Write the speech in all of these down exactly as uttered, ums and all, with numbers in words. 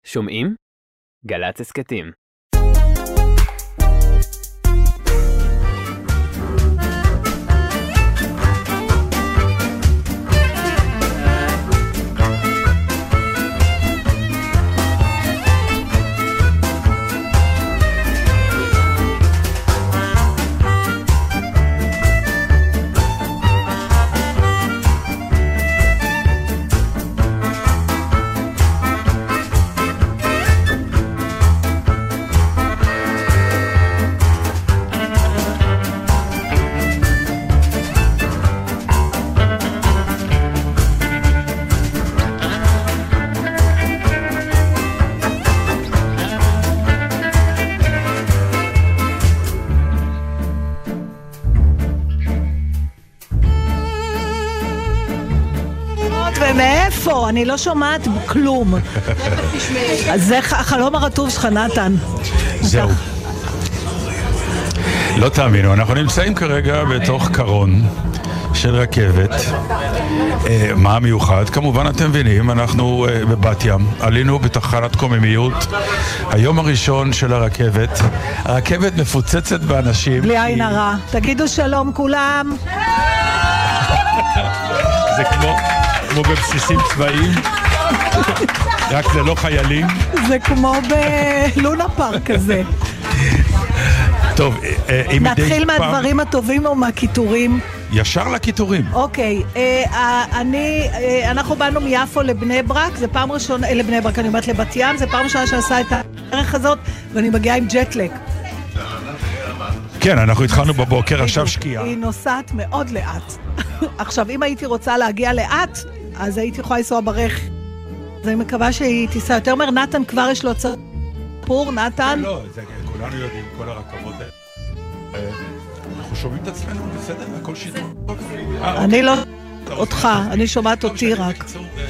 שומעים? גל"צ הסכתים. ומאיפה? אני לא שומעת כלום. אז זה החלום הרטוב שלך, נתן. זהו. לא תאמינו, אנחנו נמצאים כרגע בתוך קרון של רכבת. מה המיוחד? כמובן אתם מבינים, אנחנו בבת ים, עלינו בתחנת קוממיות, היום הראשון של הרכבת. הרכבת מפוצצת באנשים. בלי עין הרע. תגידו שלום כולם. זה כמו... כמו בבסיסים צבאיים, רק זה לא חיילים. זה כמו בלונה פארק כזה. טוב, אם נתחיל מהדברים הטובים או מהכיתורים? ישר לכיתורים. אוקיי, אני, אנחנו באנו מיפו לבני ברק, זה פעם ראשונה, לבני ברק, אני אומרת לבת ים, זה פעם ראשונה שעשה את הערך הזאת, ואני מגיעה עם ג'טלק. כן, אנחנו התחלנו בבוקר, עכשיו שקיעה. היא נוסעת מאוד לאט. עכשיו, אם הייתי רוצה להגיע לאט, אז הייתי יכולה לנסוע ברך. אז אני מקווה שהיא תיסע יותר מהר. נתן כבר יש לו ציפור, נתן? לא, זה, כולנו יודעים, כל הרכבות האלה. אנחנו שומעים את עצמנו, בסדר? הכל שידור. אני לא אותך, אני שומעת אותי רק.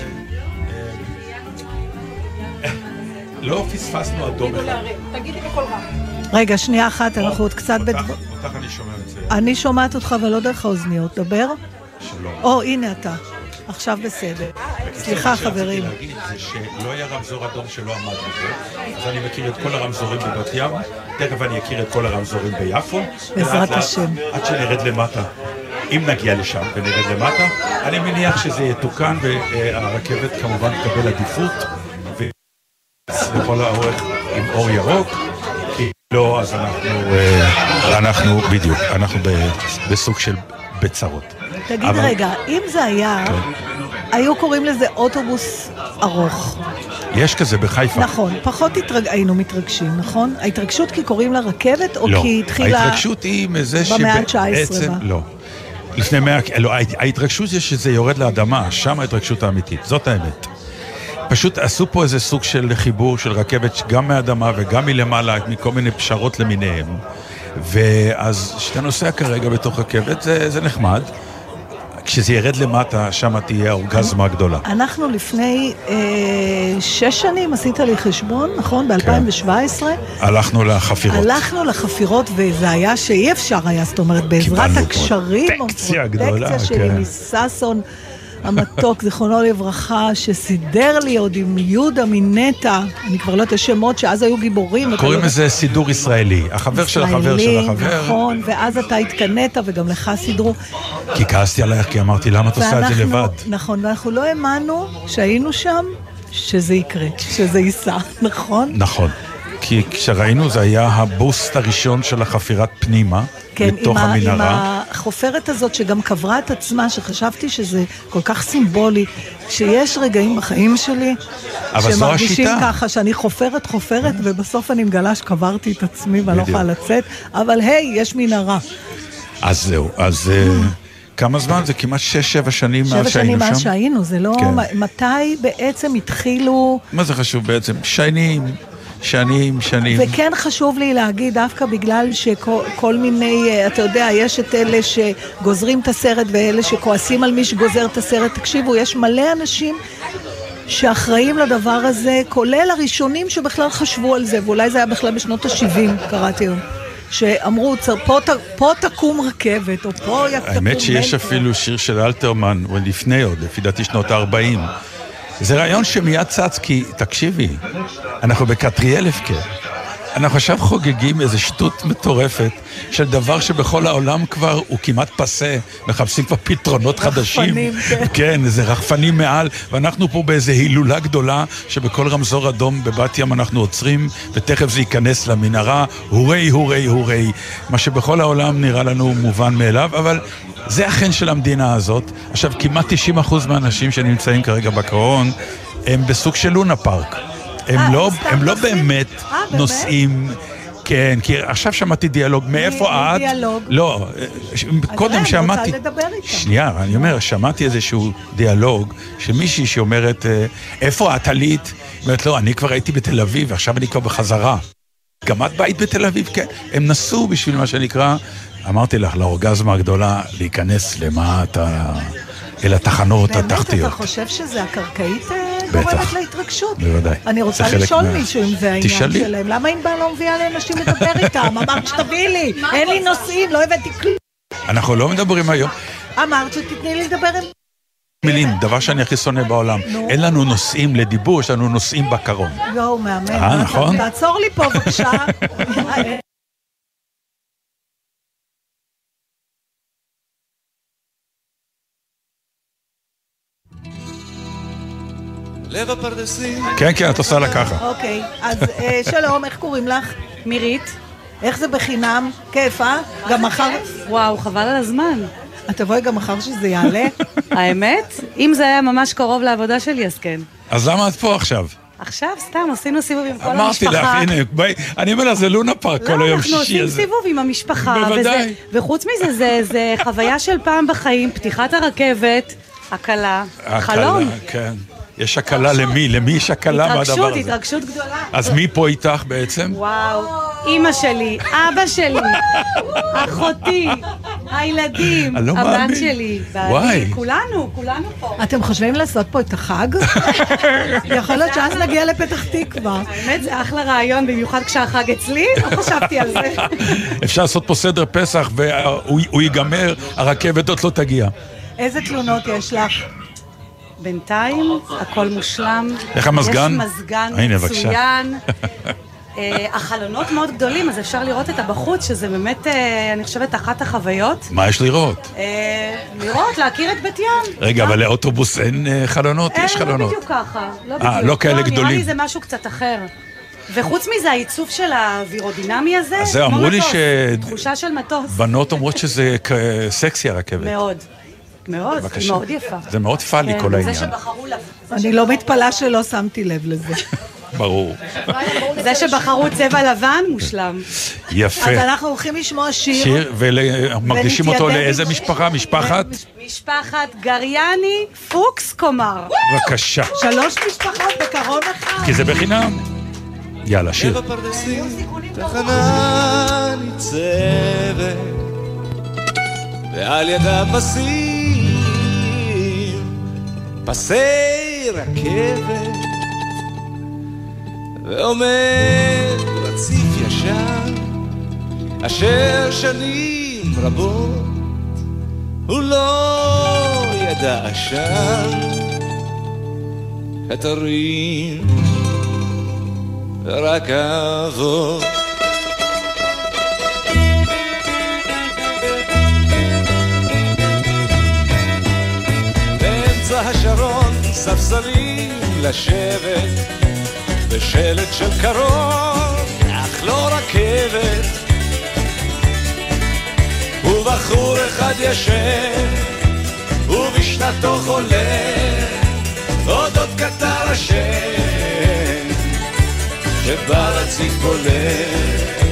לא פספסנו אדום אחד. תגידי בכל רע. רגע, שנייה אחת, אנחנו עוד קצת... אותך אני שומע את זה. אני שומעת אותך ולא דרך האוזניות. דבר? שלום. או, הנה אתה. עכשיו בסדר. סליחה, חברים. מה שרציתי להגיד זה שלא היה רמזור אדום שלא עמד בזה, אז אני מכיר את כל הרמזורים בבת ים, תכף אני אכיר את כל הרמזורים ביפו. בעזרת השם. עד שנרד למטה. אם נגיע לשם ונרד למטה, אני מניח שזה יתוקן והרכבת כמובן תקבל עדיפות, ולכל האורך עם אור ירוק. לא, אז אנחנו, אנחנו בדיוק, אנחנו בסוג של בצרות. תגיד רגע, אם זה היה, היו קוראים לזה אוטובוס ארוך. יש כזה בחיפה. נכון, פחות היינו מתרגשים, נכון? ההתרגשות כי קוראים לה רכבת, או כי התחילה... ההתרגשות היא מזה שבעצם... במאה ה-תשע עשרה. לא. לפני מאה... לא, ההתרגשות זה שזה יורד לאדמה, שם ההתרגשות האמיתית, זאת האמת. פשוט עשו פה איזה סוג של חיבור של רכבת גם מהאדמה וגם מלמעלה, מכל מיני פשרות למיניהם. ואז שאתה נוסע כרגע בתוך רכבת, זה, זה נחמד. כשזה ירד למטה, שם תהיה האורגזמה הגדולה. אנחנו לפני אה, שש שנים, עשית לי חשבון, נכון? ב-אלפיים שבע עשרה. הלכנו לחפירות. הלכנו לחפירות, וזה היה שאי אפשר היה, זאת אומרת, בעזרת הקשרים, פרוטקציה גדולה. פרוטקציה שלי מססון, המתוק, זיכרונו לברכה, שסידר לי עוד עם יהודה מנטה, אני כבר לא יודעת שמות, שאז היו גיבורים. קוראים לזה סידור ישראלי, החבר של החבר של החבר. נכון, ואז אתה התקנית וגם לך סידרו. כי כעסתי עלייך, כי אמרתי, למה את עושה את זה לבד? נכון, ואנחנו לא האמנו שהיינו שם, שזה יקרה, שזה ייסע, נכון? נכון. כי כשראינו זה היה הבוסט הראשון של החפירת פנימה, כן, לתוך עם המנהרה. עם החופרת הזאת שגם קברה את עצמה, שחשבתי שזה כל כך סימבולי, שיש רגעים בחיים שלי, שמרגישים ככה שאני חופרת חופרת, ובסוף אני מגלה שקברתי את עצמי ואני לא יכולה לצאת, אבל היי, יש מנהרה. אז זהו, אז... כמה זמן? זה כמעט שש, שבע שנים מאז שהיינו שם? שבע שנים מאז שהיינו, זה לא... מתי בעצם התחילו... מה זה חשוב בעצם? שנים... שנים, שנים. וכן חשוב לי להגיד, דווקא בגלל שכל מיני, אתה יודע, יש את אלה שגוזרים את הסרט ואלה שכועסים על מי שגוזר את הסרט. תקשיבו, יש מלא אנשים שאחראים לדבר הזה, כולל הראשונים שבכלל חשבו על זה, ואולי זה היה בכלל בשנות ה-שבעים, קראתי היום. שאמרו, פה, פה תקום רכבת, או פה יקום... האמת שיש אפילו שיר של אלתרמן, לפני עוד, לפי דעתי שנות ה-ארבעים, זה רעיון שמיד צץ, כי תקשיבי, אנחנו בקטריאלפקה. אנחנו עכשיו חוגגים איזו שטות מטורפת של דבר שבכל העולם כבר הוא כמעט פסה, מחפשים כבר פתרונות חדשים. רחפנים, כן. כן, איזה רחפנים מעל, ואנחנו פה באיזו הילולה גדולה, שבכל רמזור אדום בבת ים אנחנו עוצרים, ותכף זה ייכנס למנהרה, הורי, הורי, הורי. מה שבכל העולם נראה לנו מובן מאליו, אבל זה החן של המדינה הזאת. עכשיו, כמעט תשעים אחוז מהאנשים שנמצאים כרגע בקרון, הם בסוג של לונה פארק. הם לא, הם לא באמת נוסעים, כן, כי עכשיו שמעתי דיאלוג, מאיפה את? דיאלוג? לא, קודם שמעתי... אני רוצה לדבר איתה. שנייה, אני אומר, שמעתי איזשהו דיאלוג, שמישהי שאומרת, איפה את עלית? היא אומרת, לא, אני כבר הייתי בתל אביב, ועכשיו אני כבר בחזרה. גם את בית בתל אביב, כן. הם נסעו בשביל מה שנקרא, אמרתי לך, לאורגזמה הגדולה, להיכנס למטה, אל התחנות התחתיות. באמת, אתה חושב שזה הקרקעית גורמת להתרגשות? בוודאי. אני רוצה לשאול מישהו אם זה העניין שלהם. למה אם בא לא מביאה לאנשים לדבר איתם? אמרת שתביא לי, אין לי נושאים, לא הבאתי כלום. אנחנו לא מדברים היום. אמרת שתתני לי לדבר עם... מילים, דבר שאני הכי שונא בעולם. אין לנו נושאים לדיבור, יש לנו נושאים בקרון. יואו, מאמן. אה, נכון? תעצור לי פה בבקשה. לב הפרדסים. כן, כן, את עושה לה ככה. אוקיי, אז שלום, איך קוראים לך? מירית. איך זה בחינם? כיף, אה? גם מחר... וואו, חבל על הזמן. את תבואי גם מחר שזה יעלה? האמת? אם זה היה ממש קרוב לעבודה שלי, אז כן. אז למה את פה עכשיו? עכשיו, סתם, עשינו סיבוב עם כל המשפחה. אמרתי לך, הנה, ביי, אני אומר לה, זה לונה פארק כל היום שישי הזה. לא, אנחנו עושים סיבוב עם המשפחה. בוודאי. וחוץ מזה, זה, זה חוויה של פעם בחיים, פתיחת הרכבת, הקלה, חלום. כן. יש הקלה למי? למי יש הקלה מהדבר הזה? התרגשות, התרגשות גדולה. אז מי פה איתך בעצם? וואו, אמא שלי, אבא שלי, אחותי, הילדים, הבן שלי, בעלי, כולנו, כולנו פה. אתם חושבים לעשות פה את החג? יכול להיות שאז נגיע לפתח תקווה. האמת, זה אחלה רעיון, במיוחד כשהחג אצלי, לא חשבתי על זה. אפשר לעשות פה סדר פסח והוא ייגמר, הרכבת עוד לא תגיע. איזה תלונות יש לך? בינתיים, הכל מושלם. איך המזגן? יש מזגן מצוין. החלונות מאוד גדולים, אז אפשר לראות את הבחוץ, שזה באמת, אני חושבת, אחת החוויות. מה יש לראות? לראות, להכיר את בית ים. רגע, אבל לאוטובוס אין חלונות? יש חלונות. לא בדיוק ככה. אה, לא כאלה גדולים. נראה לי זה משהו קצת אחר. וחוץ מזה, העיצוב של האווירודינמי הזה, אז זה אמרו לי ש... תחושה של מטוס. בנות אומרות שזה סקסי הרכבת. מאוד. מאוד, היא מאוד יפה. זה מאוד פאלי כל העניין. זה שבחרו לבן. אני לא מתפלאה שלא שמתי לב לזה. ברור. זה שבחרו צבע לבן, מושלם. יפה. אז אנחנו הולכים לשמוע שיר. שיר, ומקדישים אותו לאיזה משפחה? משפחת? משפחת גריאני פוקס קומר. בבקשה. שלוש משפחות בקרון אחד. כי זה בחינם. יאללה, שיר. לב הפרדסים, תחנה ניצבת, ועל ידה פסים, פסי רכבת, ועומד רציף ישר, אשר שנים רבות הוא לא ידע שם את הרים רכבות. באמצע השרון ספסלים לשבת, בשלט של קרוב, אך לא רכבת, ובחור אחד ישן, ובשנתו חולה, עוד עוד קטר השן, שבא רציף בולט.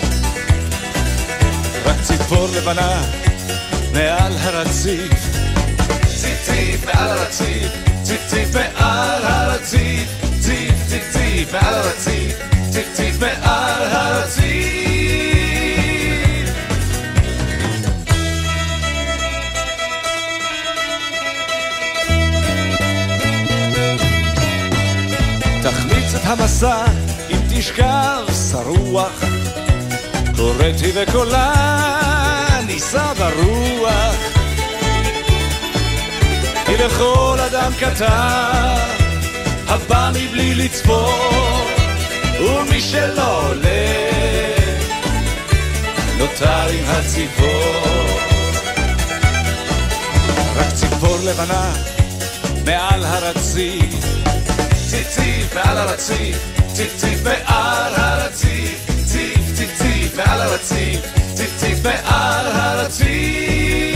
רק ציפור לבנה מעל הרציף, ציף ציף מעל הרציף, ציף ציף מעל הרציף, ציף ציף ציף מעל הרציף, ציף ציף מעל הרציף. תחמיץ את המסע אם תשכב שרוח, קוראתי וקולה ניסה ברוח, כי לכל אדם קטן הבא מבלי לצפות, ומי שלא עולה נותר עם הציפור. רק ציפור לבנה מעל הרציף, ציף ציף מעל הרציף, ציף ציף מעל הרציף, ציף ציף ציף מעל הרציף, ציף ציף מעל הרציף.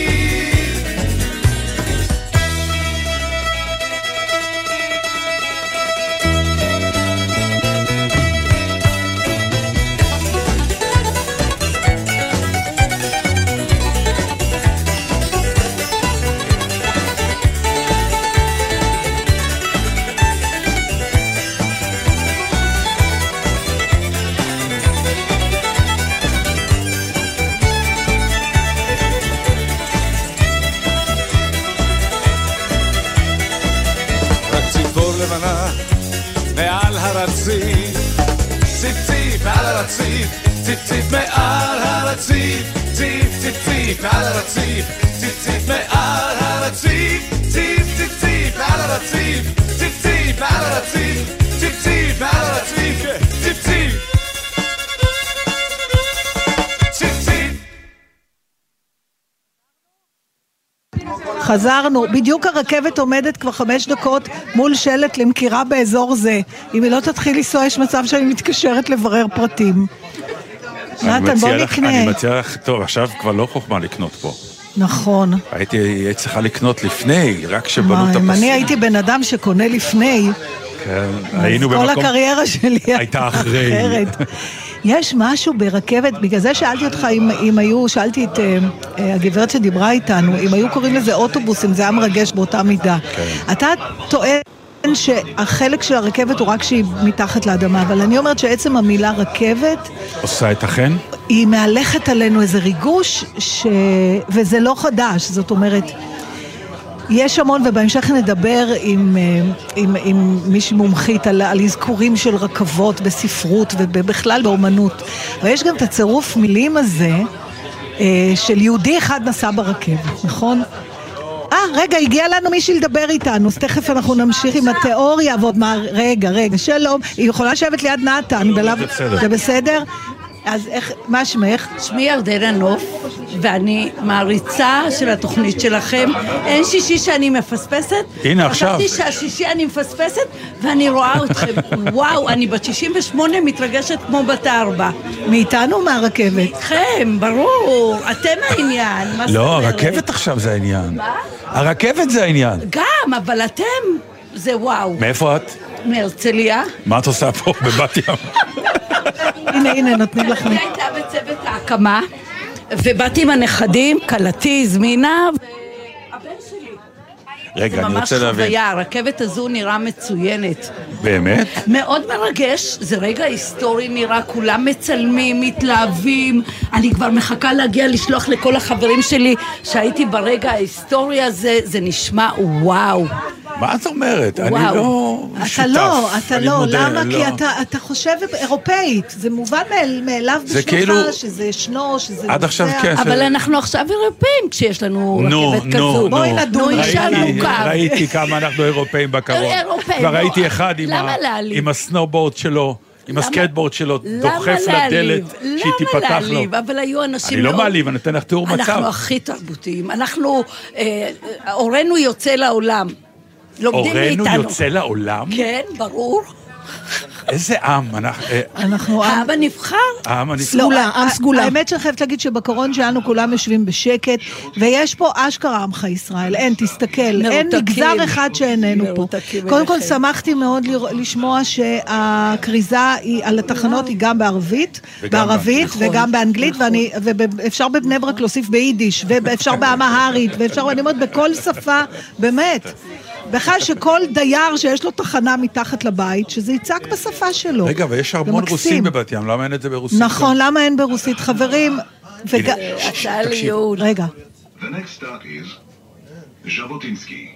מעל הרציף, ציף ציף מעל הרציף, ציף ציף מעל הרציף, ציף ציף ציף מעל הרציף, ציף ציף מעל הרציף, ציף ציף ציף מעל הרציף, ציף ציף מעל הרציף, ציף ציף מעל הרציף, ציף ציף. חזרנו, בדיוק הרכבת עומדת כבר חמש דקות מול שלט למכירה באזור זה. אם היא לא תתחיל לנסוע, יש מצב שאני מתקשרת לברר פרטים. נתן, בוא נקנה. אני מציע לך, טוב, עכשיו כבר לא חוכמה לקנות פה. נכון. הייתי צריכה לקנות לפני, רק שבנו את הפסים. אני הייתי בן אדם שקונה לפני. כן, היינו במקום... כל הקריירה שלי הייתה אחרי. יש משהו ברכבת, בגלל זה שאלתי אותך אם, אם היו, שאלתי את uh, הגברת שדיברה איתנו, אם היו קוראים לזה אוטובוסים, זה היה מרגש באותה מידה. כן. אתה טוען שהחלק של הרכבת הוא רק שהיא מתחת לאדמה, אבל אני אומרת שעצם המילה רכבת... עושה את החן? היא מהלכת עלינו איזה ריגוש, ש... וזה לא חדש, זאת אומרת... יש המון, ובהמשך נדבר עם, עם, עם מישהי מומחית על, על אזכורים של רכבות בספרות ובכלל באומנות. ויש גם את הצירוף מילים הזה של יהודי אחד נסע ברכבת, נכון? אה, רגע, הגיע לנו מישהי לדבר איתנו, אז תכף אנחנו נמשיך עם התיאוריה ועוד מה, רגע, רגע, שלום, היא יכולה לשבת ליד נתן, בלב... זה בסדר. זה בסדר? אז איך, מה שמך? שמי ירדנה נוף, ואני מעריצה של התוכנית שלכם. אין שישי שאני מפספסת. הנה, עכשיו. חשבתי שהשישי אני מפספסת, ואני רואה אתכם. וואו, אני בת שישים ושמונה מתרגשת כמו בת ארבע. מאיתנו מהרכבת? איתכם, ברור. אתם העניין. לא, הרכבת עכשיו זה העניין. מה? הרכבת זה העניין. גם, אבל אתם, זה וואו. מאיפה את? מהרצליה. מה את עושה פה בבת ים? הנה, הנה, נותנים לך. אני הייתה בצוות ההקמה, ובאתי עם הנכדים, קלתי, זמינה, והבן שלי. רגע, אני רוצה להבין. זה ממש חוויה, הרכבת הזו נראה מצוינת. באמת? מאוד מרגש, זה רגע היסטורי נראה, כולם מצלמים, מתלהבים, אני כבר מחכה להגיע לשלוח לכל החברים שלי שהייתי ברגע ההיסטורי הזה, זה נשמע וואו. מה את אומרת? אני לא שותף. אתה לא, אתה לא, למה? כי אתה חושב אירופאית, זה מובן מאליו בשבילך, שזה ישנו, שזה... עד עכשיו כן. אבל אנחנו עכשיו אירופאים כשיש לנו רכבת כזו. בואי נדון. ראיתי כמה אנחנו אירופאים בקרון. כבר ראיתי אחד עם הסנובורד שלו. עם הסקייטבורד שלו, דוחף לדלת שהיא תיפתח לו. למה להעליב? אבל היו אנשים... אני לא מעליב, אני נותן לך תיאור מצב. אנחנו הכי תרבותיים. אנחנו, אורנו יוצא לעולם. אורנו יוצא לעולם? כן, ברור. איזה עם? אנחנו העם הנבחר. העם הנבחר. סגולה, עם סגולה. האמת שאני חייבת להגיד שבקורון שלנו כולם יושבים בשקט, ויש פה אשכרה עמך ישראל. אין, תסתכל. אין מגזר אחד שאיננו פה. קודם כל, שמחתי מאוד לשמוע שהקריזה על התחנות היא גם בערבית, בערבית וגם באנגלית, ואפשר בבני ברק להוסיף ביידיש, ואפשר באמהרית, ואפשר, אני אומרת, בכל שפה, באמת. בכלל שכל דייר שיש לו תחנה מתחת לבית, שזה יצעק בשפה שלו. רגע, ויש המון רוסים בבת ים, למה אין את זה ברוסית? נכון, למה אין ברוסית? חברים, הצעה ליהוד. רגע. The next stop is ז'בוטינסקי.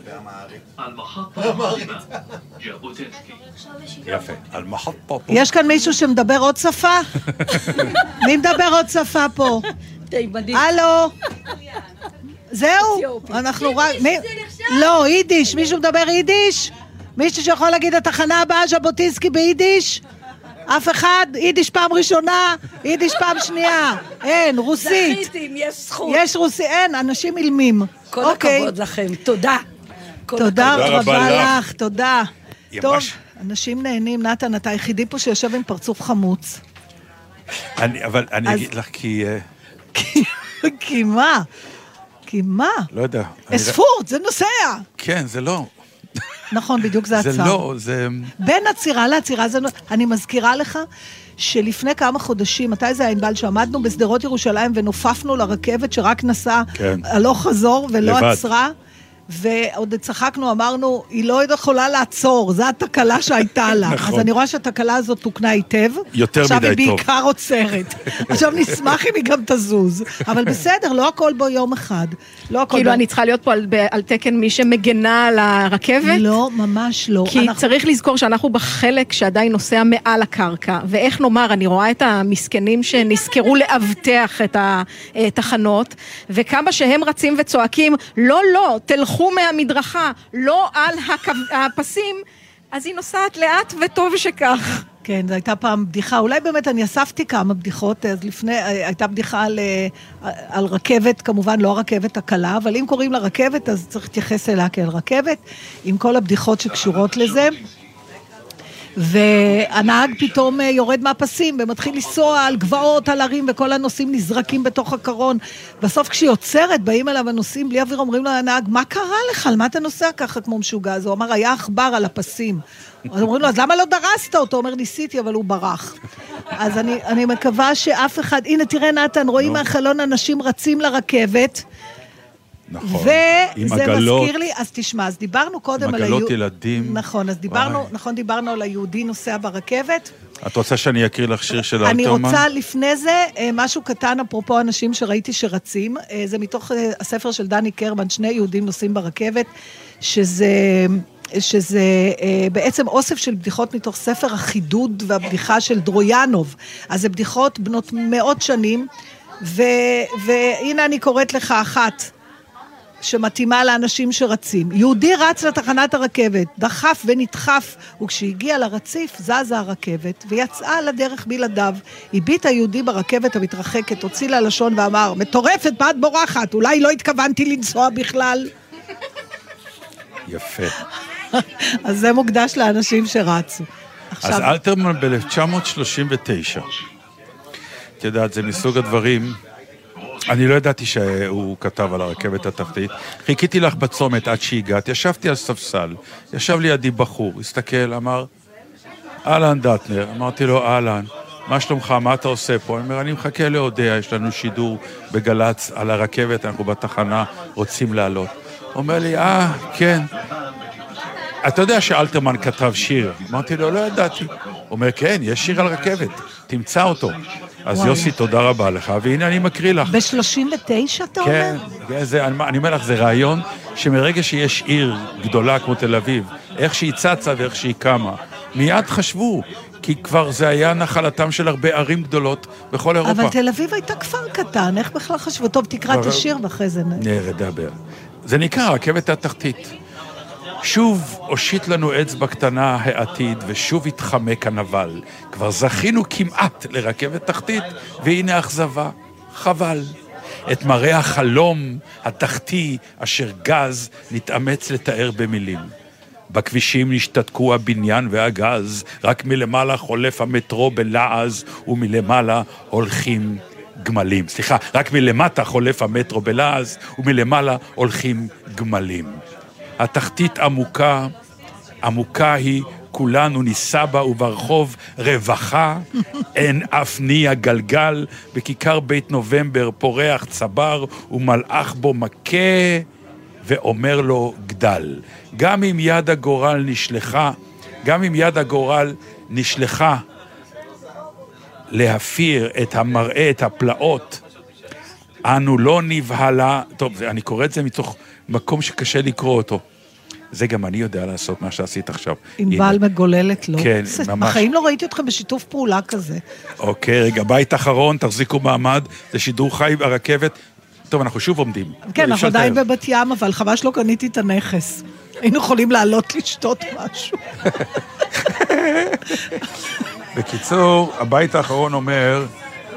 על מחטה ז'בוטינסקי. יפה, על מחטה. יש כאן מישהו שמדבר עוד שפה? מי מדבר עוד שפה פה? הלו? זהו? אנחנו רק... לא, יידיש, מישהו מדבר יידיש? מישהו שיכול להגיד התחנה הבאה ז'בוטינסקי ביידיש? אף אחד? יידיש פעם ראשונה, יידיש פעם שנייה. אין, רוסית. זכיתי, אם יש זכות. יש רוסית, אין, אנשים אילמים. כל הכבוד לכם, תודה. תודה רבה לך, תודה. טוב, ממש... אנשים נהנים, נתן, אתה היחידי פה שיושב עם פרצוף חמוץ. אני, אבל אני אז... אגיד לך כי... כי מה? כי מה? לא יודע. אספורט, זה נוסע. כן, זה לא. נכון, בדיוק זה הצעה. זה לא, זה... בין הצירה לעצירה, זה... אני מזכירה לך שלפני כמה חודשים, מתי זה הענבל, שעמדנו בסדרות ירושלים ונופפנו לרכבת שרק נסעה, כן. הלוך חזור ולא לבד. עצרה, ועוד צחקנו, אמרנו, היא לא יכולה לעצור, זו התקלה שהייתה לה. נכון. אז אני רואה שהתקלה הזאת תוקנה היטב. יותר מדי טוב. עכשיו היא בעיקר עוצרת. עכשיו נשמח אם היא גם תזוז. אבל בסדר, לא הכל בו יום אחד. לא הכל כאילו בו... אני צריכה להיות פה על, על תקן מי שמגנה על הרכבת? לא, ממש לא. כי אנחנו... צריך לזכור שאנחנו בחלק שעדיין נוסע מעל הקרקע. ואיך נאמר, אני רואה את המסכנים שנזכרו לאבטח את התחנות, וכמה שהם רצים וצועקים, לא, לא, תלכו מהמדרכה, לא על הפסים, אז היא נוסעת לאט וטוב שכך. כן, זו הייתה פעם בדיחה, אולי באמת אני אספתי כמה בדיחות, אז לפני, הייתה בדיחה על, על רכבת, כמובן לא הרכבת הקלה, אבל אם קוראים לה רכבת, אז צריך להתייחס אליה כאל רכבת, עם כל הבדיחות שקשורות לזה. והנהג פתאום יורד מהפסים ומתחיל לנסוע על גבעות, על הרים, וכל הנוסעים נזרקים בתוך הקרון. בסוף כשהיא עוצרת, באים אליו הנוסעים בלי אוויר, אומרים לו הנהג, מה קרה לך? על מה אתה נוסע ככה כמו משוגע? אז הוא אמר, היה אכבר על הפסים. אז אומרים לו, אז למה לא דרסת אותו? הוא אומר, ניסיתי, אבל הוא ברח. אז אני, אני מקווה שאף אחד, הנה תראה נתן, רואים מהחלון אנשים רצים לרכבת, נכון, וזה מזכיר לי, אז תשמע, אז דיברנו קודם על היהודי. עם עגלות ילדים. נכון, אז דיברנו, נכון, דיברנו על היהודי נוסע ברכבת. את רוצה שאני אקריא לך שיר של אלתרמן? אני רוצה לפני זה, משהו קטן, אפרופו אנשים שראיתי שרצים, זה מתוך הספר של דני קרמן, שני יהודים נוסעים ברכבת, שזה... שזה בעצם אוסף של בדיחות מתוך ספר החידוד והבדיחה של דרויאנוב. אז זה בדיחות בנות מאות שנים, ו... והנה אני קוראת לך אחת. שמתאימה לאנשים שרצים. יהודי רץ לתחנת הרכבת, דחף ונדחף, וכשהגיע לרציף, זזה הרכבת, ויצאה לדרך בלעדיו. הביט היהודי ברכבת המתרחקת, הוציא לה לשון ואמר, מטורפת, מה את בורחת? אולי לא התכוונתי לנסוע בכלל. יפה. אז זה מוקדש לאנשים שרצו. אז אלתרמן ב-אלף תשע מאות שלושים ותשע. את יודעת, זה מסוג הדברים... אני לא ידעתי שהוא כתב על הרכבת התחתית. חיכיתי לך בצומת עד שהגעת, ישבתי על ספסל, ישב לידי בחור, הסתכל, אמר, אהלן דטנר, אמרתי לו, אהלן, מה שלומך, מה אתה עושה פה? אני אומר, אני מחכה להודע, יש לנו שידור בגלץ על הרכבת, אנחנו בתחנה, רוצים לעלות. אומר לי, אה, כן. אתה יודע שאלתרמן כתב שיר? אמרתי לו, לא ידעתי. אומר, כן, יש שיר על רכבת, תמצא אותו. אז וואי. יוסי, תודה רבה לך, והנה אני מקריא לך. ב-שלושים ותשע אתה כן, אומר? כן, אני, אני אומר לך, זה רעיון שמרגע שיש עיר גדולה כמו תל אביב, איך שהיא צצה ואיך שהיא קמה, מיד חשבו, כי כבר זה היה נחלתם של הרבה ערים גדולות בכל אירופה. אבל תל אביב הייתה כפר קטן, איך בכלל חשבו? טוב, תקרא את השיר ואחרי זה... נדבר. זה נקרא רכבת התחתית. שוב הושיט לנו אצבע קטנה העתיד, ושוב התחמק הנבל. כבר זכינו כמעט לרכבת תחתית, והנה אכזבה, חבל. את מראה החלום התחתי אשר גז נתאמץ לתאר במילים. בכבישים נשתתקו הבניין והגז, רק מלמעלה חולף המטרו בלעז, ומלמעלה הולכים גמלים. סליחה, רק מלמטה חולף המטרו בלעז, ומלמעלה הולכים גמלים. התחתית עמוקה, עמוקה היא, כולנו ניסה בה וברחוב רווחה, אין אף ניע גלגל, בכיכר בית נובמבר פורח צבר, ומלאך בו מכה, ואומר לו גדל. גם אם יד הגורל נשלחה, גם אם יד הגורל נשלחה, להפיר את המראה, את הפלאות, אנו לא נבהלה, טוב, אני קורא את זה מתוך מקום שקשה לקרוא אותו. זה גם אני יודע לעשות מה שעשית עכשיו. עם בעל מגוללת לא. כן, ממש. בחיים לא ראיתי אתכם בשיתוף פעולה כזה. אוקיי, רגע, בית אחרון, תחזיקו מעמד, זה שידור חי ברכבת. טוב, אנחנו שוב עומדים. כן, אנחנו עדיין בבת ים, אבל חבל שלא קניתי את הנכס. היינו יכולים לעלות לשתות משהו. בקיצור, הבית האחרון אומר,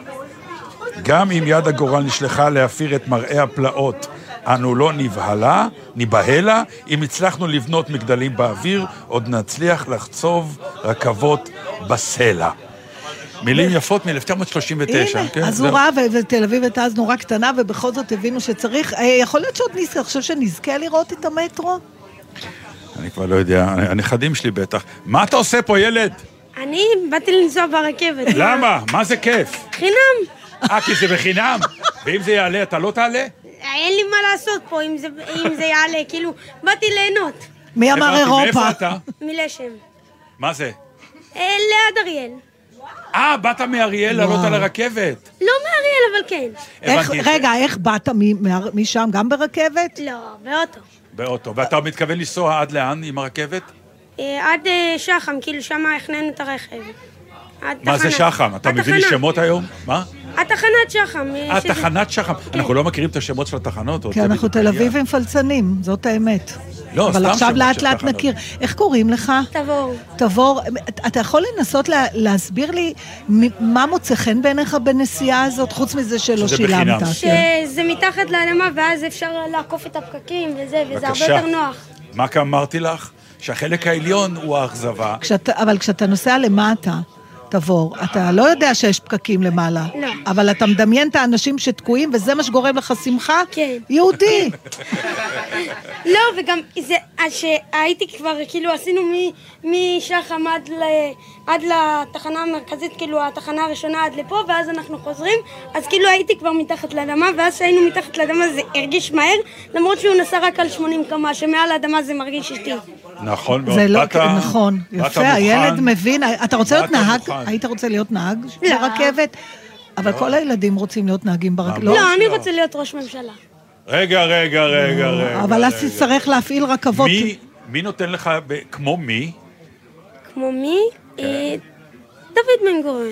גם אם יד הגורל נשלחה להפיר את מראה הפלאות, אנו לא נבהלה, נבהלה, אם הצלחנו לבנות מגדלים באוויר, עוד נצליח לחצוב רכבות בסלע. מילים יפות מ-אלף תשע מאות שלושים ותשע. הנה, אז הוא ראה, ותל אביב הייתה אז נורא קטנה, ובכל זאת הבינו שצריך, יכול להיות שעוד נזכה, חושב שנזכה לראות את המטרו? אני כבר לא יודע, הנכדים שלי בטח. מה אתה עושה פה, ילד? אני באתי לנסוע ברכבת. למה? מה זה כיף? חינם. אה, כי זה בחינם? ואם זה יעלה, אתה לא תעלה? אין לי מה לעשות פה אם זה, אם זה יעלה, כאילו, באתי ליהנות. מי אמר אירופה? מאיפה אתה? מלשם. מה זה? ליד אריאל. אה, באת מאריאל לעלות על הרכבת? לא מאריאל, אבל כן. איך, רגע, איך באת משם? גם ברכבת? לא, באוטו. באוטו. ואתה מתכוון לנסוע עד לאן עם הרכבת? עד שחם, כאילו שם הכננו את הרכב. מה זה שחם? אתה מביא לי שמות היום? מה? התחנת שחם. התחנת שחם. אנחנו לא מכירים את השמות של התחנות? כי אנחנו תל אביב עם פלצנים, זאת האמת. לא, אבל עכשיו לאט לאט נכיר. איך קוראים לך? תבור. תבור. אתה יכול לנסות להסביר לי מה מוצא חן בעיניך בנסיעה הזאת, חוץ מזה שלא שילמת? שזה מתחת לאדמה, ואז אפשר לעקוף את הפקקים וזה, וזה הרבה יותר נוח. מה אמרתי לך? שהחלק העליון הוא האכזבה. אבל כשאתה נוסע למטה, תבור, אתה לא יודע שיש פקקים למעלה. לא. אבל אתה מדמיין את האנשים שתקועים, וזה מה שגורם לך שמחה? כן. יהודי. לא, וגם זה, שהייתי כבר, כאילו, עשינו משחם עד, עד לתחנה המרכזית, כאילו, התחנה הראשונה עד לפה, ואז אנחנו חוזרים, אז כאילו הייתי כבר מתחת לאדמה, ואז שהיינו מתחת לאדמה זה הרגיש מהר, למרות שהוא נסע רק על שמונים קמ"ש, שמעל האדמה זה מרגיש איתי. נכון מאוד. זה לא, נכון. יפה, הילד מבין, אתה רוצה להיות נהג? היית רוצה להיות נהג ברכבת? אבל כל הילדים רוצים להיות נהגים ברכבת. לא, אני רוצה להיות ראש ממשלה. רגע, רגע, רגע, רגע. אבל אז תצטרך להפעיל רכבות. מי נותן לך, כמו מי? כמו מי? דוד בן גוריון.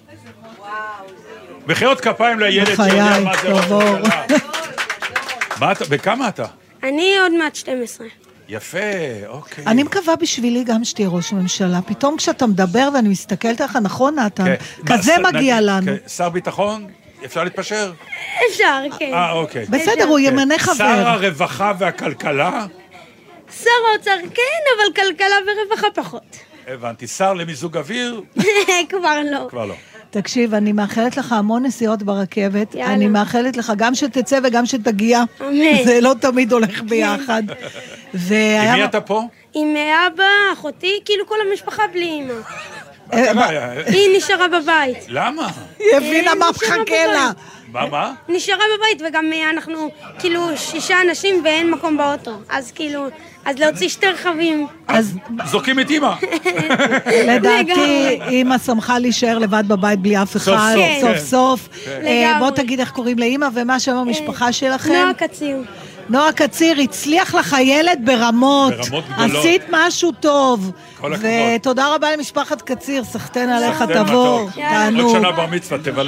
מחיאות כפיים לילד שיודע מה זה ראש ממשלה. בכמה אתה? אני עוד מעט שתים עשרה. יפה, אוקיי. אני מקווה בשבילי גם שתהיה ראש ממשלה. פתאום כשאתה מדבר ואני מסתכלת לך, נכון, נתן? כזה מגיע לנו. שר ביטחון? אפשר להתפשר? אפשר, כן. אה, אוקיי. בסדר, הוא ימנה חבר. שר הרווחה והכלכלה? שר האוצר כן, אבל כלכלה ורווחה פחות. הבנתי. שר למיזוג אוויר? כבר לא. כבר לא. תקשיב, אני מאחלת לך המון נסיעות ברכבת. אני מאחלת לך גם שתצא וגם שתגיע. אמן. זה לא תמיד הולך ביחד. עם מי אתה פה? עם אבא, אחותי, כאילו כל המשפחה בלי אמא. היא נשארה בבית. למה? היא הבינה מה מחכה לה. מה, מה? נשארה בבית, וגם אנחנו כאילו שישה אנשים ואין מקום באוטו. אז כאילו, אז להוציא שתי רכבים. אז זוקים את אמא. לדעתי, אמא שמחה להישאר לבד בבית בלי אף אחד. סוף סוף. בוא תגיד איך קוראים לאמא ומה שם המשפחה שלכם. נועה קציר. נועה קציר, הצליח לך ילד ברמות. ברמות גדולות. עשית משהו טוב. כל הכבוד. ותודה רבה למשפחת קציר, סחטן עליך תבור. עוד שנה בר מצווה, תבלה.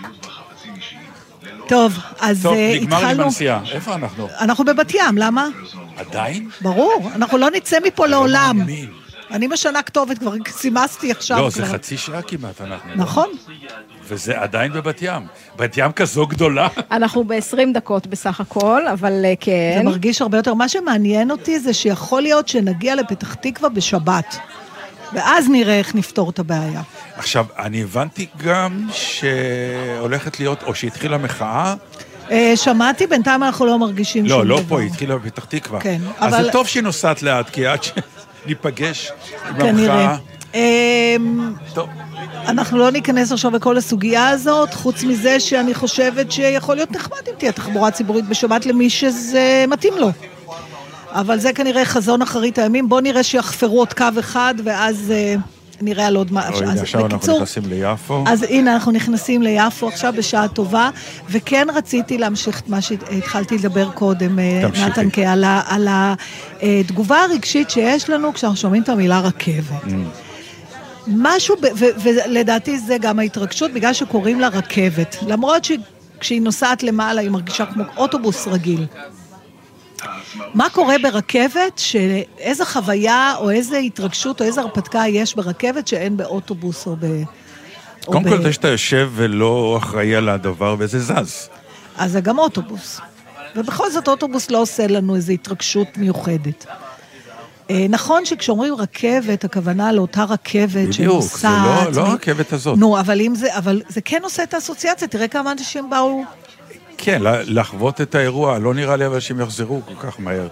טוב, אז טוב, התחלנו... נגמר עם הנסיעה. איפה אנחנו? אנחנו בבת ים, למה? עדיין? ברור, אנחנו לא נצא מפה לעולם. אני משנה כתובת, כבר סימסתי עכשיו. לא, זה חצי שעה כמעט אנחנו. נכון. וזה עדיין בבת ים. בת ים כזו גדולה. אנחנו ב-עשרים דקות בסך הכל, אבל כן. זה מרגיש הרבה יותר. מה שמעניין אותי זה שיכול להיות שנגיע לפתח תקווה בשבת. ואז נראה איך נפתור את הבעיה. עכשיו, אני הבנתי גם שהולכת להיות, או שהתחילה מחאה. שמעתי, בינתיים אנחנו לא מרגישים שום דבר. לא, לא פה, היא התחילה בפתח תקווה. כן, אז זה טוב שהיא נוסעת לאט, כי עד שניפגש עם המחאה. כנראה. טוב. אנחנו לא ניכנס עכשיו לכל הסוגיה הזאת, חוץ מזה שאני חושבת שיכול להיות נחמד אם תהיה תחבורה ציבורית בשבת למי שזה מתאים לו. אבל זה כנראה חזון אחרית הימים. בוא נראה שיחפרו עוד קו אחד, ואז נראה על עוד מה. עכשיו אנחנו נכנסים ליפו. אז הנה, אנחנו נכנסים ליפו עכשיו בשעה טובה, וכן רציתי להמשיך את מה שהתחלתי לדבר קודם, נתן, על התגובה הרגשית שיש לנו כשאנחנו שומעים את המילה רכבת. משהו, ולדעתי זה גם ההתרגשות, בגלל שקוראים לה רכבת. למרות כשהיא נוסעת למעלה, היא מרגישה כמו אוטובוס רגיל. מה קורה ברכבת, שאיזה חוויה או איזה התרגשות או איזה הרפתקה יש ברכבת שאין באוטובוס או ב... קודם כל, זה שאתה יושב ולא אחראי על הדבר וזה זז. אז זה גם אוטובוס. ובכל זאת אוטובוס לא עושה לנו איזו התרגשות מיוחדת. נכון שכשאומרים רכבת, הכוונה לאותה רכבת שנוסעת... בדיוק, זה לא הרכבת הזאת. נו, אבל אם זה, אבל זה כן עושה את האסוציאציה, תראה כמה אנשים באו... כן, לחוות את האירוע, לא נראה לי אבל שהם יחזרו כל כך מהר.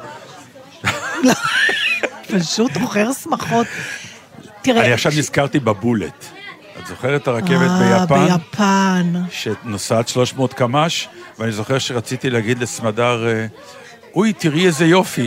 פשוט אוכר שמחות. תראה... אני עכשיו נזכרתי בבולט. את זוכרת את הרכבת ביפן? ביפן. שנוסעת שלוש מאות קמ"ש, ואני זוכר שרציתי להגיד לסמדר, אוי, תראי איזה יופי.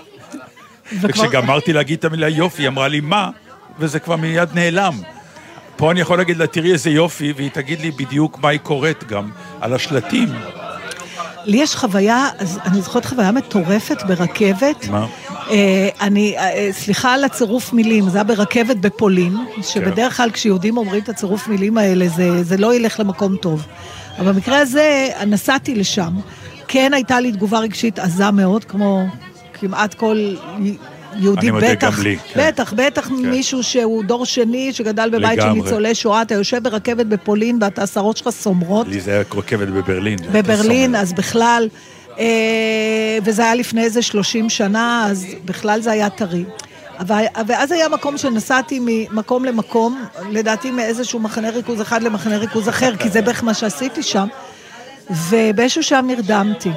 וכשגמרתי להגיד את המילה יופי, היא אמרה לי, מה? וזה כבר מיד נעלם. פה אני יכול להגיד לה, תראי איזה יופי, והיא תגיד לי בדיוק מה היא קוראת גם, על השלטים. לי יש חוויה, אני זוכרת חוויה מטורפת ברכבת. מה? אני, סליחה על הצירוף מילים, זה היה ברכבת בפולין, שבדרך כלל כשיהודים אומרים את הצירוף מילים האלה, זה, זה לא ילך למקום טוב. אבל במקרה הזה, נסעתי לשם. כן הייתה לי תגובה רגשית עזה מאוד, כמו כמעט כל יהודי, בטח, בטח, בטח מישהו שהוא דור שני, שגדל בבית של ניצולי שואה, אתה יושב ברכבת בפולין, ואתה השערות שלך סומרות. לי זה היה רכבת בברלין. בברלין, אז בכלל, וזה היה לפני איזה שלושים שנה, אז בכלל זה היה טרי. ואז היה מקום שנסעתי ממקום למקום, לדעתי מאיזשהו מחנה ריכוז אחד למחנה ריכוז אחר, כי זה בערך מה שעשיתי שם, ובאיזשהו שם נרדמתי.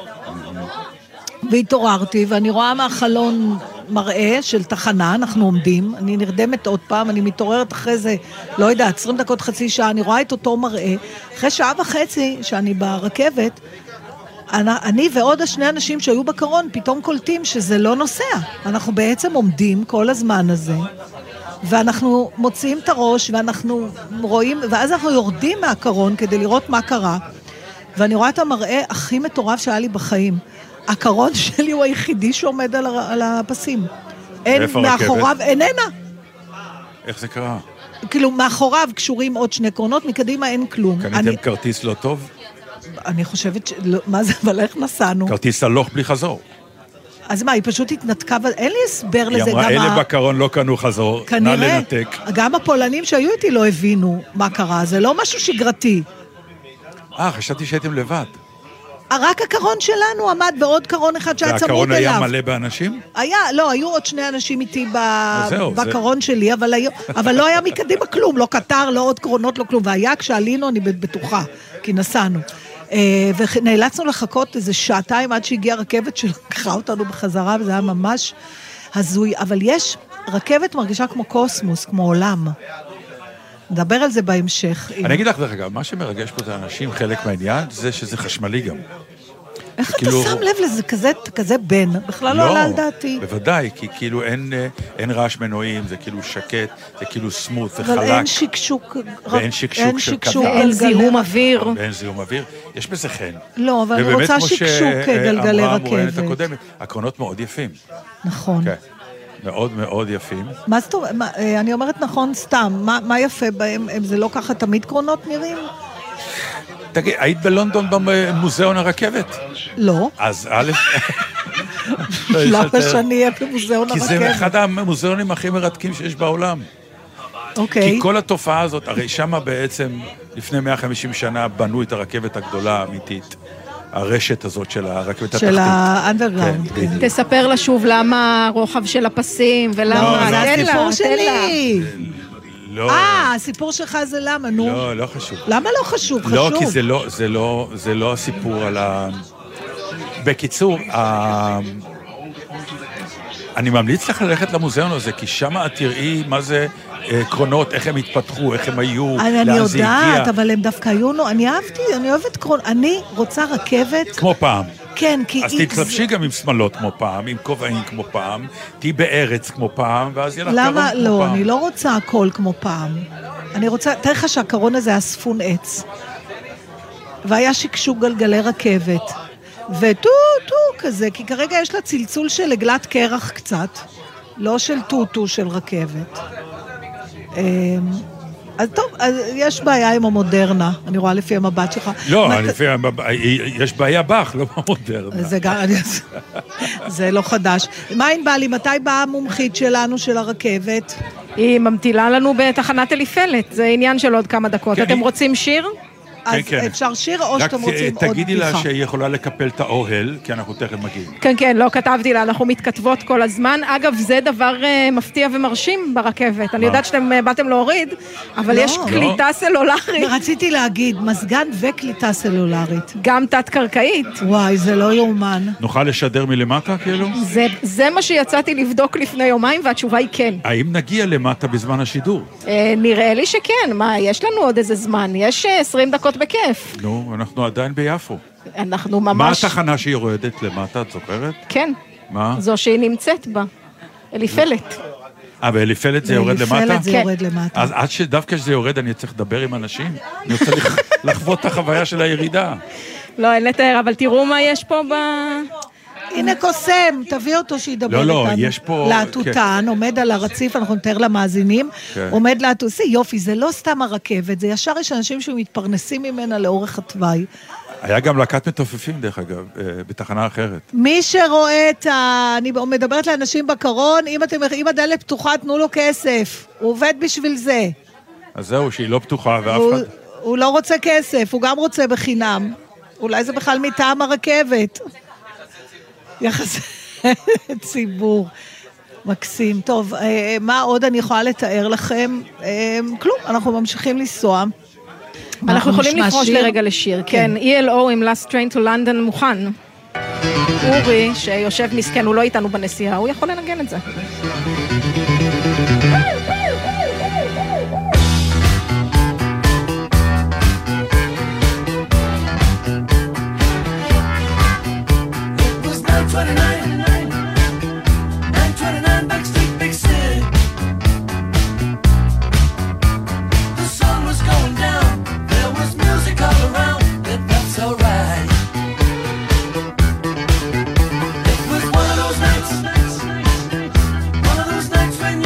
והתעוררתי, ואני רואה מהחלון מראה של תחנה, אנחנו עומדים, אני נרדמת עוד פעם, אני מתעוררת אחרי זה, לא יודע, עשרים דקות, חצי שעה, אני רואה את אותו מראה, אחרי שעה וחצי שאני ברכבת, אני, אני ועוד השני אנשים שהיו בקרון, פתאום קולטים שזה לא נוסע. אנחנו בעצם עומדים כל הזמן הזה, ואנחנו מוציאים את הראש, ואנחנו רואים, ואז אנחנו יורדים מהקרון כדי לראות מה קרה, ואני רואה את המראה הכי מטורף שהיה לי בחיים. הקרון שלי הוא היחידי שעומד על, על הפסים. אין מאחוריו, איננה. איך זה קרה? כאילו, מאחוריו קשורים עוד שני קרונות, מקדימה אין כלום. קניתם אני... כרטיס לא טוב? אני חושבת ש... לא, מה זה, אבל איך נסענו? כרטיס הלוך בלי חזור. אז מה, היא פשוט התנתקה, אין לי הסבר לזה. היא אמרה, אלה ה... בקרון לא קנו חזור, כנראה, נא לנתק. גם הפולנים שהיו איתי לא הבינו מה קרה, זה לא משהו שגרתי. אה, חשבתי שהייתם לבד. רק הקרון שלנו עמד בעוד קרון אחד שהיה צמוד אליו. והקרון היה מלא באנשים? היה, לא, היו עוד שני אנשים איתי בקרון שלי, אבל לא היה מקדימה כלום, לא קטר, לא עוד קרונות, לא כלום. והיה כשעלינו, אני בטוחה, כי נסענו. ונאלצנו לחכות איזה שעתיים עד שהגיעה רכבת שלקחה אותנו בחזרה, וזה היה ממש הזוי. אבל יש, רכבת מרגישה כמו קוסמוס, כמו עולם. נדבר על זה בהמשך. אני אגיד לך דרך אגב, מה שמרגש פה זה אנשים, חלק מהעניין, זה שזה חשמלי גם. איך אתה שם לב לזה כזה בן? בכלל לא עלה על דעתי. בוודאי, כי כאילו אין רעש מנועים, זה כאילו שקט, זה כאילו סמוט, זה חלק. אבל אין שקשוק. ואין שקשוק של קדמה. אין זיהום אוויר. ואין זיהום אוויר. יש בזה חן. לא, אבל אני רוצה שקשוק גלגלי רכבת. הקרונות מאוד יפים. נכון. מאוד מאוד יפים. מה זאת אומרת? אני אומרת נכון סתם, מה, מה יפה בהם? זה לא ככה תמיד קרונות נראים? תגיד, היית בלונדון במוזיאון הרכבת? לא. אז א', למה שאני אהיה במוזיאון הרכבת? כי זה אחד המוזיאונים הכי מרתקים שיש בעולם. אוקיי. כי כל התופעה הזאת, הרי שמה בעצם לפני מאה וחמישים שנה בנו את הרכבת הגדולה האמיתית. הרשת הזאת של הרכבת התחתית. של האנדרגראונד. תספר לה שוב למה הרוחב של הפסים, ולמה... זה הסיפור שלי. לא. אה, הסיפור שלך זה למה, נו. לא, לא חשוב. למה לא חשוב? חשוב. לא, כי זה לא, זה לא, זה לא הסיפור על ה... בקיצור, אני ממליץ לך ללכת למוזיאון הזה, כי שם את תראי מה זה קרונות, איך הם התפתחו, איך הם היו, לאן זה הגיע. אני יודעת, אבל הם דווקא היו, אני אהבתי, אני אוהבת קרונות, אני רוצה רכבת. כמו פעם. כן, כי... אז תתלבשי גם עם שמלות כמו פעם, עם כובעים כמו פעם, תהי בארץ כמו פעם, ואז יהיה לך קרון כמו פעם. למה? לא, אני לא רוצה הכל כמו פעם. אני רוצה, תראה לך שהקרון הזה היה ספון עץ, והיה שקשוק גלגלי רכבת, וטו, טו כזה, כי כרגע יש לה צלצול של עגלת קרח קצת, לא של טוטו של רכבת. אז טוב, אז יש בעיה עם המודרנה, אני רואה לפי המבט שלך. לא, לפי המבט, יש בעיה בך, לא במודרנה. זה גם, זה לא חדש. מה ענבל, מתי באה המומחית שלנו של הרכבת? היא ממתילה לנו בתחנת אליפלת, זה עניין של עוד כמה דקות. אתם רוצים שיר? אז אפשר שיר או שאתם רוצים עוד בדיחה? רק תגידי לה שהיא יכולה לקפל את האוהל, כי אנחנו תכף מגיעים. כן, כן, לא כתבתי לה, אנחנו מתכתבות כל הזמן. אגב, זה דבר מפתיע ומרשים ברכבת. אני יודעת שאתם באתם להוריד, אבל יש קליטה סלולרית. רציתי להגיד, מזגן וקליטה סלולרית. גם תת-קרקעית. וואי, זה לא יאומן. נוכל לשדר מלמטה, כאילו? זה מה שיצאתי לבדוק לפני יומיים, והתשובה היא כן. האם נגיע למטה בזמן השידור? נראה לי שכן. מה, יש לנו עוד איזה זמן? יש עשרים דקות בכיף. נו, אנחנו עדיין ביפו. אנחנו ממש... מה התחנה שהיא יורדת למטה, את זוכרת? כן. מה? זו שהיא נמצאת בה. אליפלת. אה, באליפלת זה יורד למטה? באליפלת זה יורד למטה. אז עד שדווקא שזה יורד אני צריך לדבר עם אנשים? אני רוצה לחוות את החוויה של הירידה. לא, אין לתאר, אבל תראו מה יש פה ב... הנה קוסם, תביא אותו שידבר איתנו. לא, לא, יש פה... להטוטן, עומד על הרציף, אנחנו נתאר למאזינים, עומד להטוטן, יופי, זה לא סתם הרכבת, זה ישר יש אנשים שמתפרנסים ממנה לאורך התוואי. היה גם להקת מתופפים, דרך אגב, בתחנה אחרת. מי שרואה את ה... אני מדברת לאנשים בקרון, אם אתם, אם הדלת פתוחה, תנו לו כסף. הוא עובד בשביל זה. אז זהו, שהיא לא פתוחה ואף אחד... הוא לא רוצה כסף, הוא גם רוצה בחינם. אולי זה בכלל מטעם הרכבת. יחסי ציבור. מקסים. טוב, מה עוד אני יכולה לתאר לכם? כלום, אנחנו ממשיכים לנסוע. אנחנו יכולים לפרוש לרגע לשיר, כן. E L O עם Last Train to London מוכן. אורי, שיושב מסכן, הוא לא איתנו בנסיעה, הוא יכול לנגן את זה. One of those nights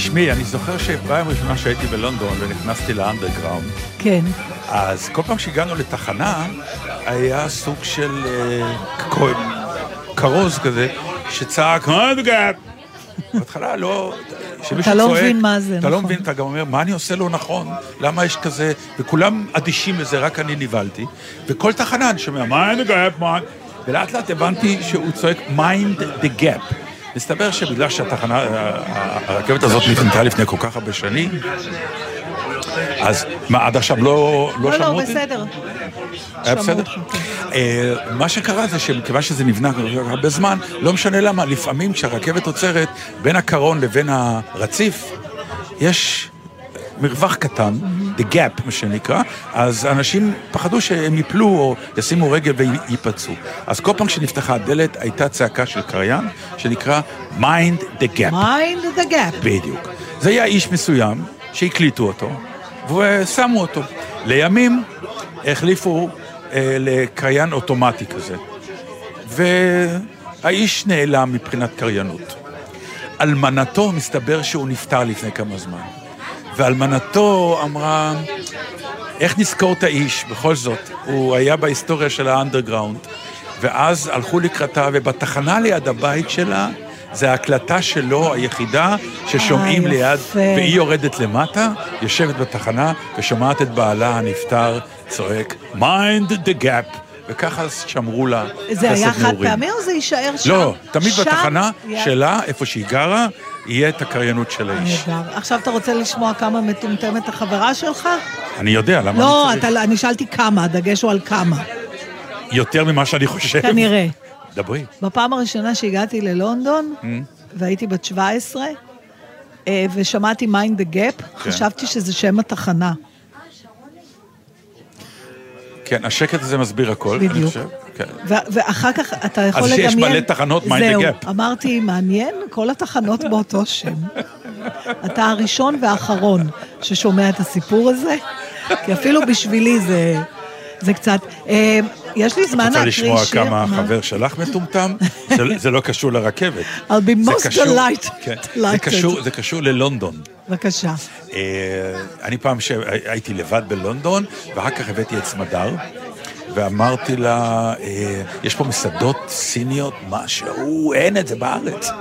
תשמעי, אני זוכר שבפעם הראשונה שהייתי בלונדון ונכנסתי לאנדרגראונד, כן. אז כל פעם שהגענו לתחנה, היה סוג של קרוז כזה, שצעק, אנדרגראונד! בהתחלה לא... אתה לא מבין מה זה, אתה לא מבין, אתה גם אומר, מה אני עושה לא נכון? למה יש כזה? וכולם אדישים לזה, רק אני נבלתי. וכל תחנה אני שומע, mind the gap, mind... ולאט לאט הבנתי שהוא צועק, mind the gap. מסתבר שבגלל שהתחנה, הרכבת הזאת נבנתה לפני כל כך הרבה שנים, אז מה, עד עכשיו לא שמעו אותי? לא, לא, בסדר. היה בסדר? מה שקרה זה שמכיוון שזה נבנה הרבה זמן, לא משנה למה, לפעמים כשהרכבת עוצרת בין הקרון לבין הרציף, יש מרווח קטן, the gap, מה שנקרא, אז אנשים פחדו שהם יפלו או ישימו רגל ויפצעו. אז כל פעם שנפתחה הדלת, הייתה צעקה של קריין, שנקרא mind the gap. mind the gap. בדיוק. זה היה איש מסוים שהקליטו אותו, ושמו אותו. לימים החליפו אה, לקריין אוטומטי כזה. והאיש נעלם מבחינת קריינות. אלמנתו מסתבר שהוא נפטר לפני כמה זמן. ואלמנתו אמרה, איך נזכור את האיש? בכל זאת, הוא היה בהיסטוריה של האנדרגראונד, ואז הלכו לקראתה, ובתחנה ליד הבית שלה, זה ההקלטה שלו, היחידה, ששומעים ליד, והיא יורדת למטה, יושבת בתחנה, ושומעת את בעלה הנפטר, צועק, mind the gap, וככה שמרו לה חסד נעורים. זה היה חד פעמי או זה יישאר שם? לא, תמיד בתחנה שלה, איפה שהיא גרה, יהיה את הקריינות של האיש. עכשיו אתה רוצה לשמוע כמה מטומטמת החברה שלך? אני יודע, למה לא, אני צריך? לא, אני שאלתי כמה, הדגש הוא על כמה. יותר ממה שאני חושב. כנראה. דברי. בפעם הראשונה שהגעתי ללונדון, והייתי בת שבע עשרה, ושמעתי mind the gap, חשבתי שזה שם התחנה. כן, השקט הזה מסביר הכל. בדיוק. ואחר כך אתה יכול לדמיין... אז שיש מלא תחנות mind the gap. זהו, אמרתי, מעניין, כל התחנות באותו שם. אתה הראשון והאחרון ששומע את הסיפור הזה, כי אפילו בשבילי זה, זה קצת... יש לי זמן להקריא שיר... רוצה לשמוע כמה החבר שלך מטומטם? זה לא קשור לרכבת. I'll be most delighted. זה קשור ללונדון. בבקשה. אני פעם שהייתי לבד בלונדון, ואחר כך הבאתי את סמדר, ואמרתי לה, יש פה מסעדות סיניות, משהו, אין את זה בארץ.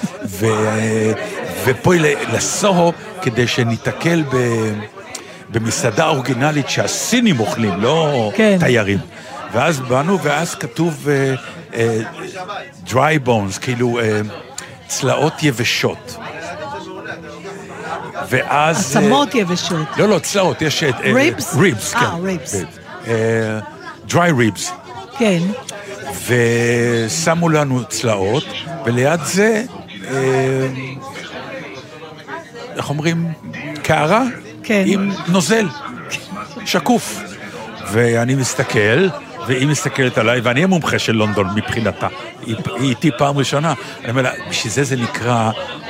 ופה לסוהו, כדי שניתקל במסעדה אורגינלית שהסינים אוכלים, לא תיירים. ואז באנו, ואז כתוב dry bones, כאילו צלעות יבשות. ואז... עצמות יבשות. לא, לא, צלעות, יש... ריבס? ריבס, כן. אה, ריבס. dry ribs. כן. ושמו לנו צלעות, וליד זה, איך אומרים, קערה? כן. עם נוזל, שקוף. ואני מסתכל, והיא מסתכלת עליי, ואני המומחה של לונדון מבחינתה. היא, היא איתי פעם ראשונה. אני אומר לה, בשביל זה זה נקרא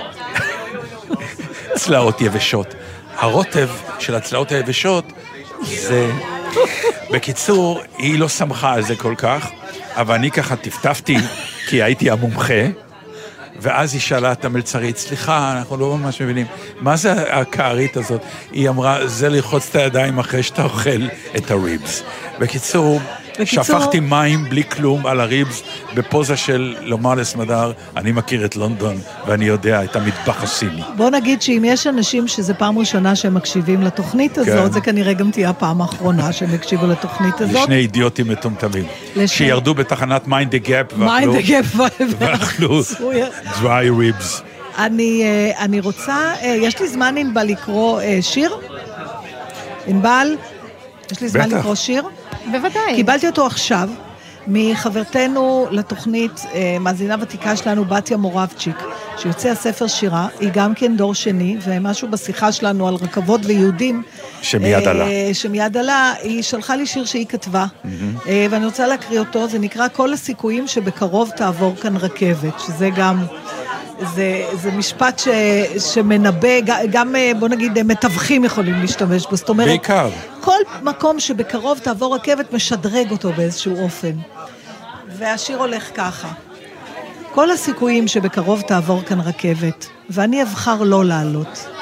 צלעות יבשות. הרוטב של הצלעות היבשות זה... בקיצור, היא לא שמחה על זה כל כך, אבל אני ככה טפטפתי, כי הייתי המומחה, ואז היא שאלה את המלצרית, סליחה, אנחנו לא ממש מבינים, מה זה הקערית הזאת? היא אמרה, זה ללחוץ את הידיים אחרי שאתה אוכל את הריבס. בקיצור, בקיצור... שפכתי מים בלי כלום על הריבס, בפוזה של לומר לסמדר, אני מכיר את לונדון, ואני יודע את המטבח הסיני. בוא נגיד שאם יש אנשים שזה פעם ראשונה שהם מקשיבים לתוכנית הזאת, כן. זה כנראה גם תהיה הפעם האחרונה שהם יקשיבו לתוכנית הזאת. לשני אידיוטים מטומטמים. לשני... שירדו בתחנת mind the gap, ואכלו dry ribs. אני, אני רוצה, יש לי זמן אינבל לקרוא שיר? אינבל? יש לי זמן לקרוא שיר? בוודאי. קיבלתי אותו עכשיו, מחברתנו לתוכנית, מאזינה ותיקה שלנו, בתיה מורבצ'יק, שיוצא הספר שירה, היא גם כן דור שני, ומשהו בשיחה שלנו על רכבות ויהודים. שמיד עלה. שמיד עלה, היא שלחה לי שיר שהיא כתבה, mm-hmm. ואני רוצה להקריא אותו, זה נקרא כל הסיכויים שבקרוב תעבור כאן רכבת, שזה גם... זה, זה משפט ש, שמנבא, גם בוא נגיד מתווכים יכולים להשתמש בו, זאת אומרת, בעיקר. כל מקום שבקרוב תעבור רכבת משדרג אותו באיזשהו אופן. והשיר הולך ככה, כל הסיכויים שבקרוב תעבור כאן רכבת, ואני אבחר לא לעלות.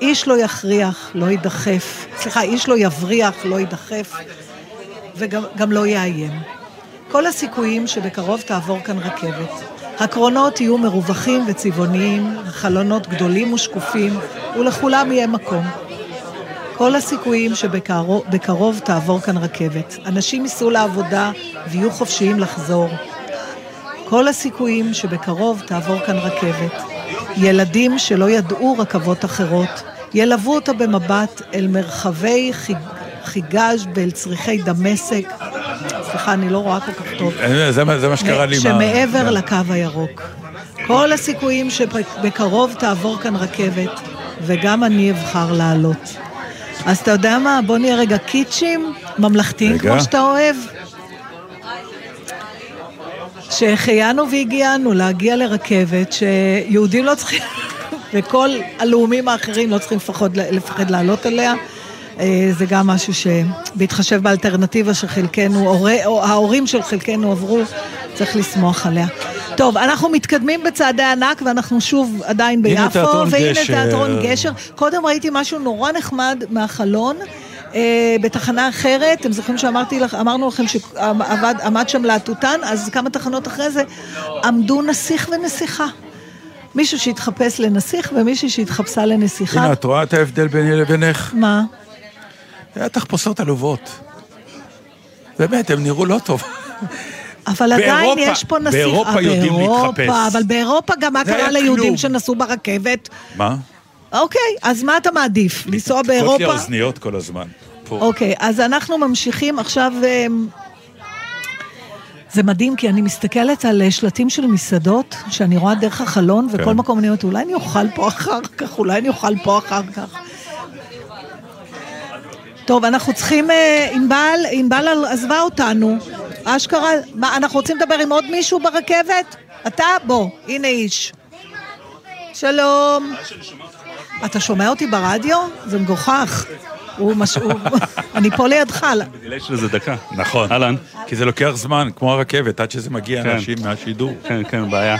איש לא יכריח, לא ידחף. סליחה, איש לא יבריח, לא ידחף, וגם גם לא יאיים. כל הסיכויים שבקרוב תעבור כאן רכבת. הקרונות יהיו מרווחים וצבעוניים, החלונות גדולים ושקופים, ולכולם יהיה מקום. כל הסיכויים שבקרוב תעבור כאן רכבת. אנשים ייסעו לעבודה ויהיו חופשיים לחזור. כל הסיכויים שבקרוב תעבור כאן רכבת. ילדים שלא ידעו רכבות אחרות, ילוו אותה במבט אל מרחבי חיג... חיגז' ואל צריכי דמשק. סליחה, אני לא רואה כל כך טוב. זה, זה מה שקרה לי. שמעבר מה... לקו הירוק. כל הסיכויים שבקרוב תעבור כאן רכבת, וגם אני אבחר לעלות. אז אתה יודע מה? בוא נהיה רגע קיצ'ים, ממלכתיים כמו שאתה אוהב. שהחיינו והגיענו להגיע לרכבת, שיהודים לא צריכים, וכל הלאומים האחרים לא צריכים לפחד, לפחד לעלות עליה. זה גם משהו שבהתחשב באלטרנטיבה שחלקנו, או ההורים של חלקנו עברו, צריך לשמוח עליה. טוב, אנחנו מתקדמים בצעדי ענק, ואנחנו שוב עדיין ביפו, והנה תיאטרון גשר. קודם ראיתי משהו נורא נחמד מהחלון, בתחנה אחרת, אתם זוכרים שאמרתי לך, אמרנו לכם שעמד שם להטוטן, אז כמה תחנות אחרי זה עמדו נסיך ונסיכה. מישהו שהתחפש לנסיך ומישהו שהתחפשה לנסיכה. הנה, את רואה את ההבדל ביני לבינך? מה? היה תחפושות עלובות. באמת, הם נראו לא טוב. אבל עדיין יש פה נסיך. באירופה יודעים להתחפש. אבל באירופה גם מה קרה ליהודים שנסעו ברכבת? מה? אוקיי, אז מה אתה מעדיף? לנסוע באירופה? תקות לי האוזניות כל הזמן. אוקיי, אז אנחנו ממשיכים עכשיו... זה מדהים, כי אני מסתכלת על שלטים של מסעדות, שאני רואה דרך החלון, וכל מקום אני אומרת, אולי אני אוכל פה אחר כך, אולי אני אוכל פה אחר כך. טוב, אנחנו צריכים, ענבל, ענבל עזבה אותנו. אשכרה, מה, אנחנו רוצים לדבר עם עוד מישהו ברכבת? אתה? בוא, הנה איש. שלום. אתה שומע אותי ברדיו? זה מגוחך. הוא משהו, אני פה לידך. בדילי של זה דקה. נכון. אהלן. כי זה לוקח זמן, כמו הרכבת, עד שזה מגיע אנשים מהשידור. כן, כן, בעיה.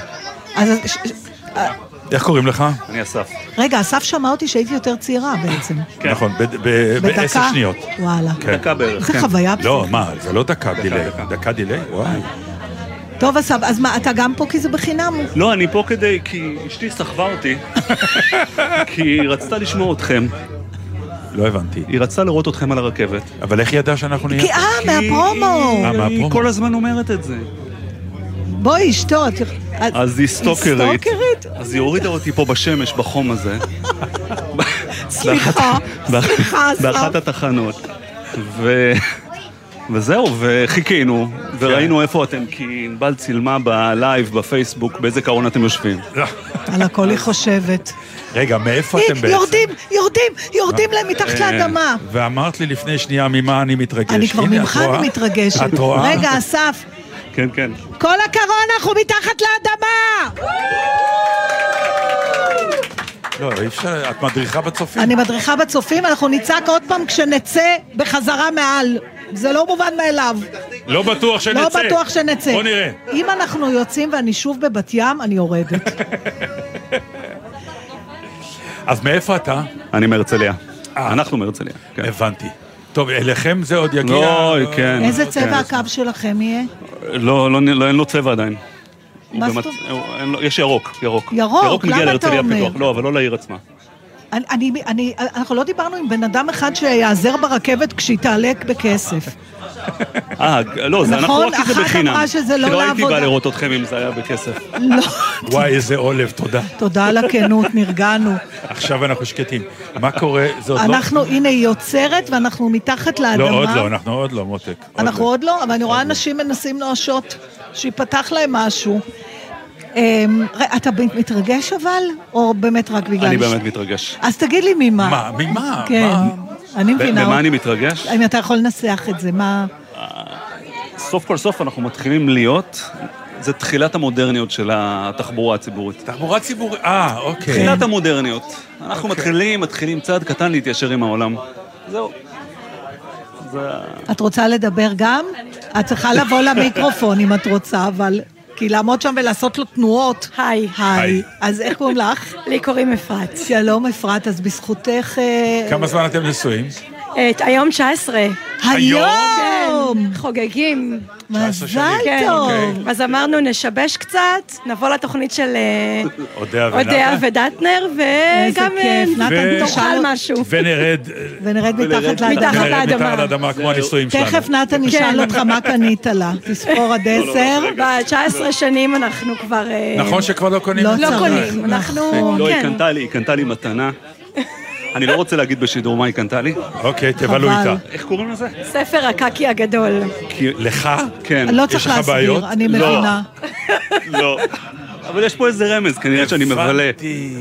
איך קוראים לך? אני אסף. רגע, אסף שמע אותי שהייתי יותר צעירה בעצם. נכון, בעשר שניות. וואלה. דקה בערך. זה חוויה. לא, מה, זה לא דקה דילי. דקה דילי? וואי. טוב, אסף, אז מה, אתה גם פה כי זה בחינם? לא, אני פה כדי, כי אשתי סחבה אותי. כי היא רצתה לשמוע אתכם. לא הבנתי. היא רצתה לראות אתכם על הרכבת. אבל איך ידע שאנחנו נהיה? כי אה, מהפרומו. היא כל הזמן אומרת את זה. בואי, אשתות. אז היא סטוקרית. אז היא הורידה אותי פה בשמש, בחום הזה. סליחה, סליחה. באחת התחנות. וזהו, וחיכינו, וראינו איפה אתם, כי ענבל צילמה בלייב, בפייסבוק, באיזה קרון אתם יושבים. על הכל היא חושבת. רגע, מאיפה אתם בעצם? יורדים, יורדים, יורדים להם מתחת לאדמה. ואמרת לי לפני שנייה ממה אני מתרגש. אני כבר ממך אני מתרגשת. את רואה? רגע, אסף. כן, כן. כל הקרון אנחנו מתחת לאדמה! לא, אי אפשר, את מדריכה בצופים. אני מדריכה בצופים, אנחנו נצעק עוד פעם כשנצא בחזרה מעל. זה לא מובן מאליו. לא בטוח שנצא. לא בטוח שנצא. בוא נראה. אם אנחנו יוצאים ואני שוב בבת ים, אני יורדת. אז מאיפה אתה? אני מהרצליה. אנחנו מהרצליה. הבנתי. טוב, אליכם זה עוד יגיע? לא, כן. איזה צבע הקו שלכם יהיה? לא, לא, אין לו צבע עדיין. מה זאת? יש ירוק, ירוק. ירוק? למה אתה אומר? לא, אבל לא לעיר עצמה. אני, אני, אנחנו לא דיברנו עם בן אדם אחד שיעזר ברכבת כשהיא תעלק בכסף. אה, לא, זה אנחנו רק כי זה בחינם. אמרה שזה לא לעבודה. לא הייתי בא לראות אתכם אם זה היה בכסף. לא. וואי, איזה עולב, תודה. תודה על הכנות, נרגענו. עכשיו אנחנו שקטים. מה קורה? אנחנו, הנה, היא יוצרת ואנחנו מתחת לאדמה. לא, עוד לא, אנחנו עוד לא, מותק. אנחנו עוד לא, אבל אני רואה אנשים מנסים נואשות, שיפתח להם משהו. אתה מתרגש אבל? או באמת רק בגלל... אני באמת מתרגש. אז תגיד לי ממה. מה? ממה? כן, אני מבינה. במה אני מתרגש? אם אתה יכול לנסח את זה, מה... סוף כל סוף אנחנו מתחילים להיות... זה תחילת המודרניות של התחבורה הציבורית. תחבורה ציבורית, אה, אוקיי. תחילת המודרניות. אנחנו מתחילים, מתחילים צעד קטן להתיישר עם העולם. זהו. את רוצה לדבר גם? את צריכה לבוא למיקרופון אם את רוצה, אבל... כי לעמוד שם ולעשות לו תנועות. היי. היי. אז איך קוראים לך? לי קוראים אפרת. שלום אפרת, אז בזכותך... כמה זמן אתם נשואים? היום תשע עשרה. היום! חוגגים. מזל טוב. אז אמרנו נשבש קצת, נבוא לתוכנית של אודיה ודטנר, וגם נאכל משהו. ונרד... ונרד מתחת לאדמה, כמו הנישואים שלנו. תכף נתן נשאל אותך מה קנית לה. תספור עד עשר. ב-תשע עשרה שנים אנחנו כבר... נכון שכבר לא קונים? לא קונים, אנחנו... לא, היא קנתה לי, היא קנתה לי מתנה. אני לא רוצה להגיד בשידור מה היא קנתה לי. אוקיי, תבלו איתה. איך קוראים לזה? ספר הקקי הגדול. לך? כן. לא צריך להסביר, אני מבינה. לא. אבל יש פה איזה רמז, כנראה שאני מבלה.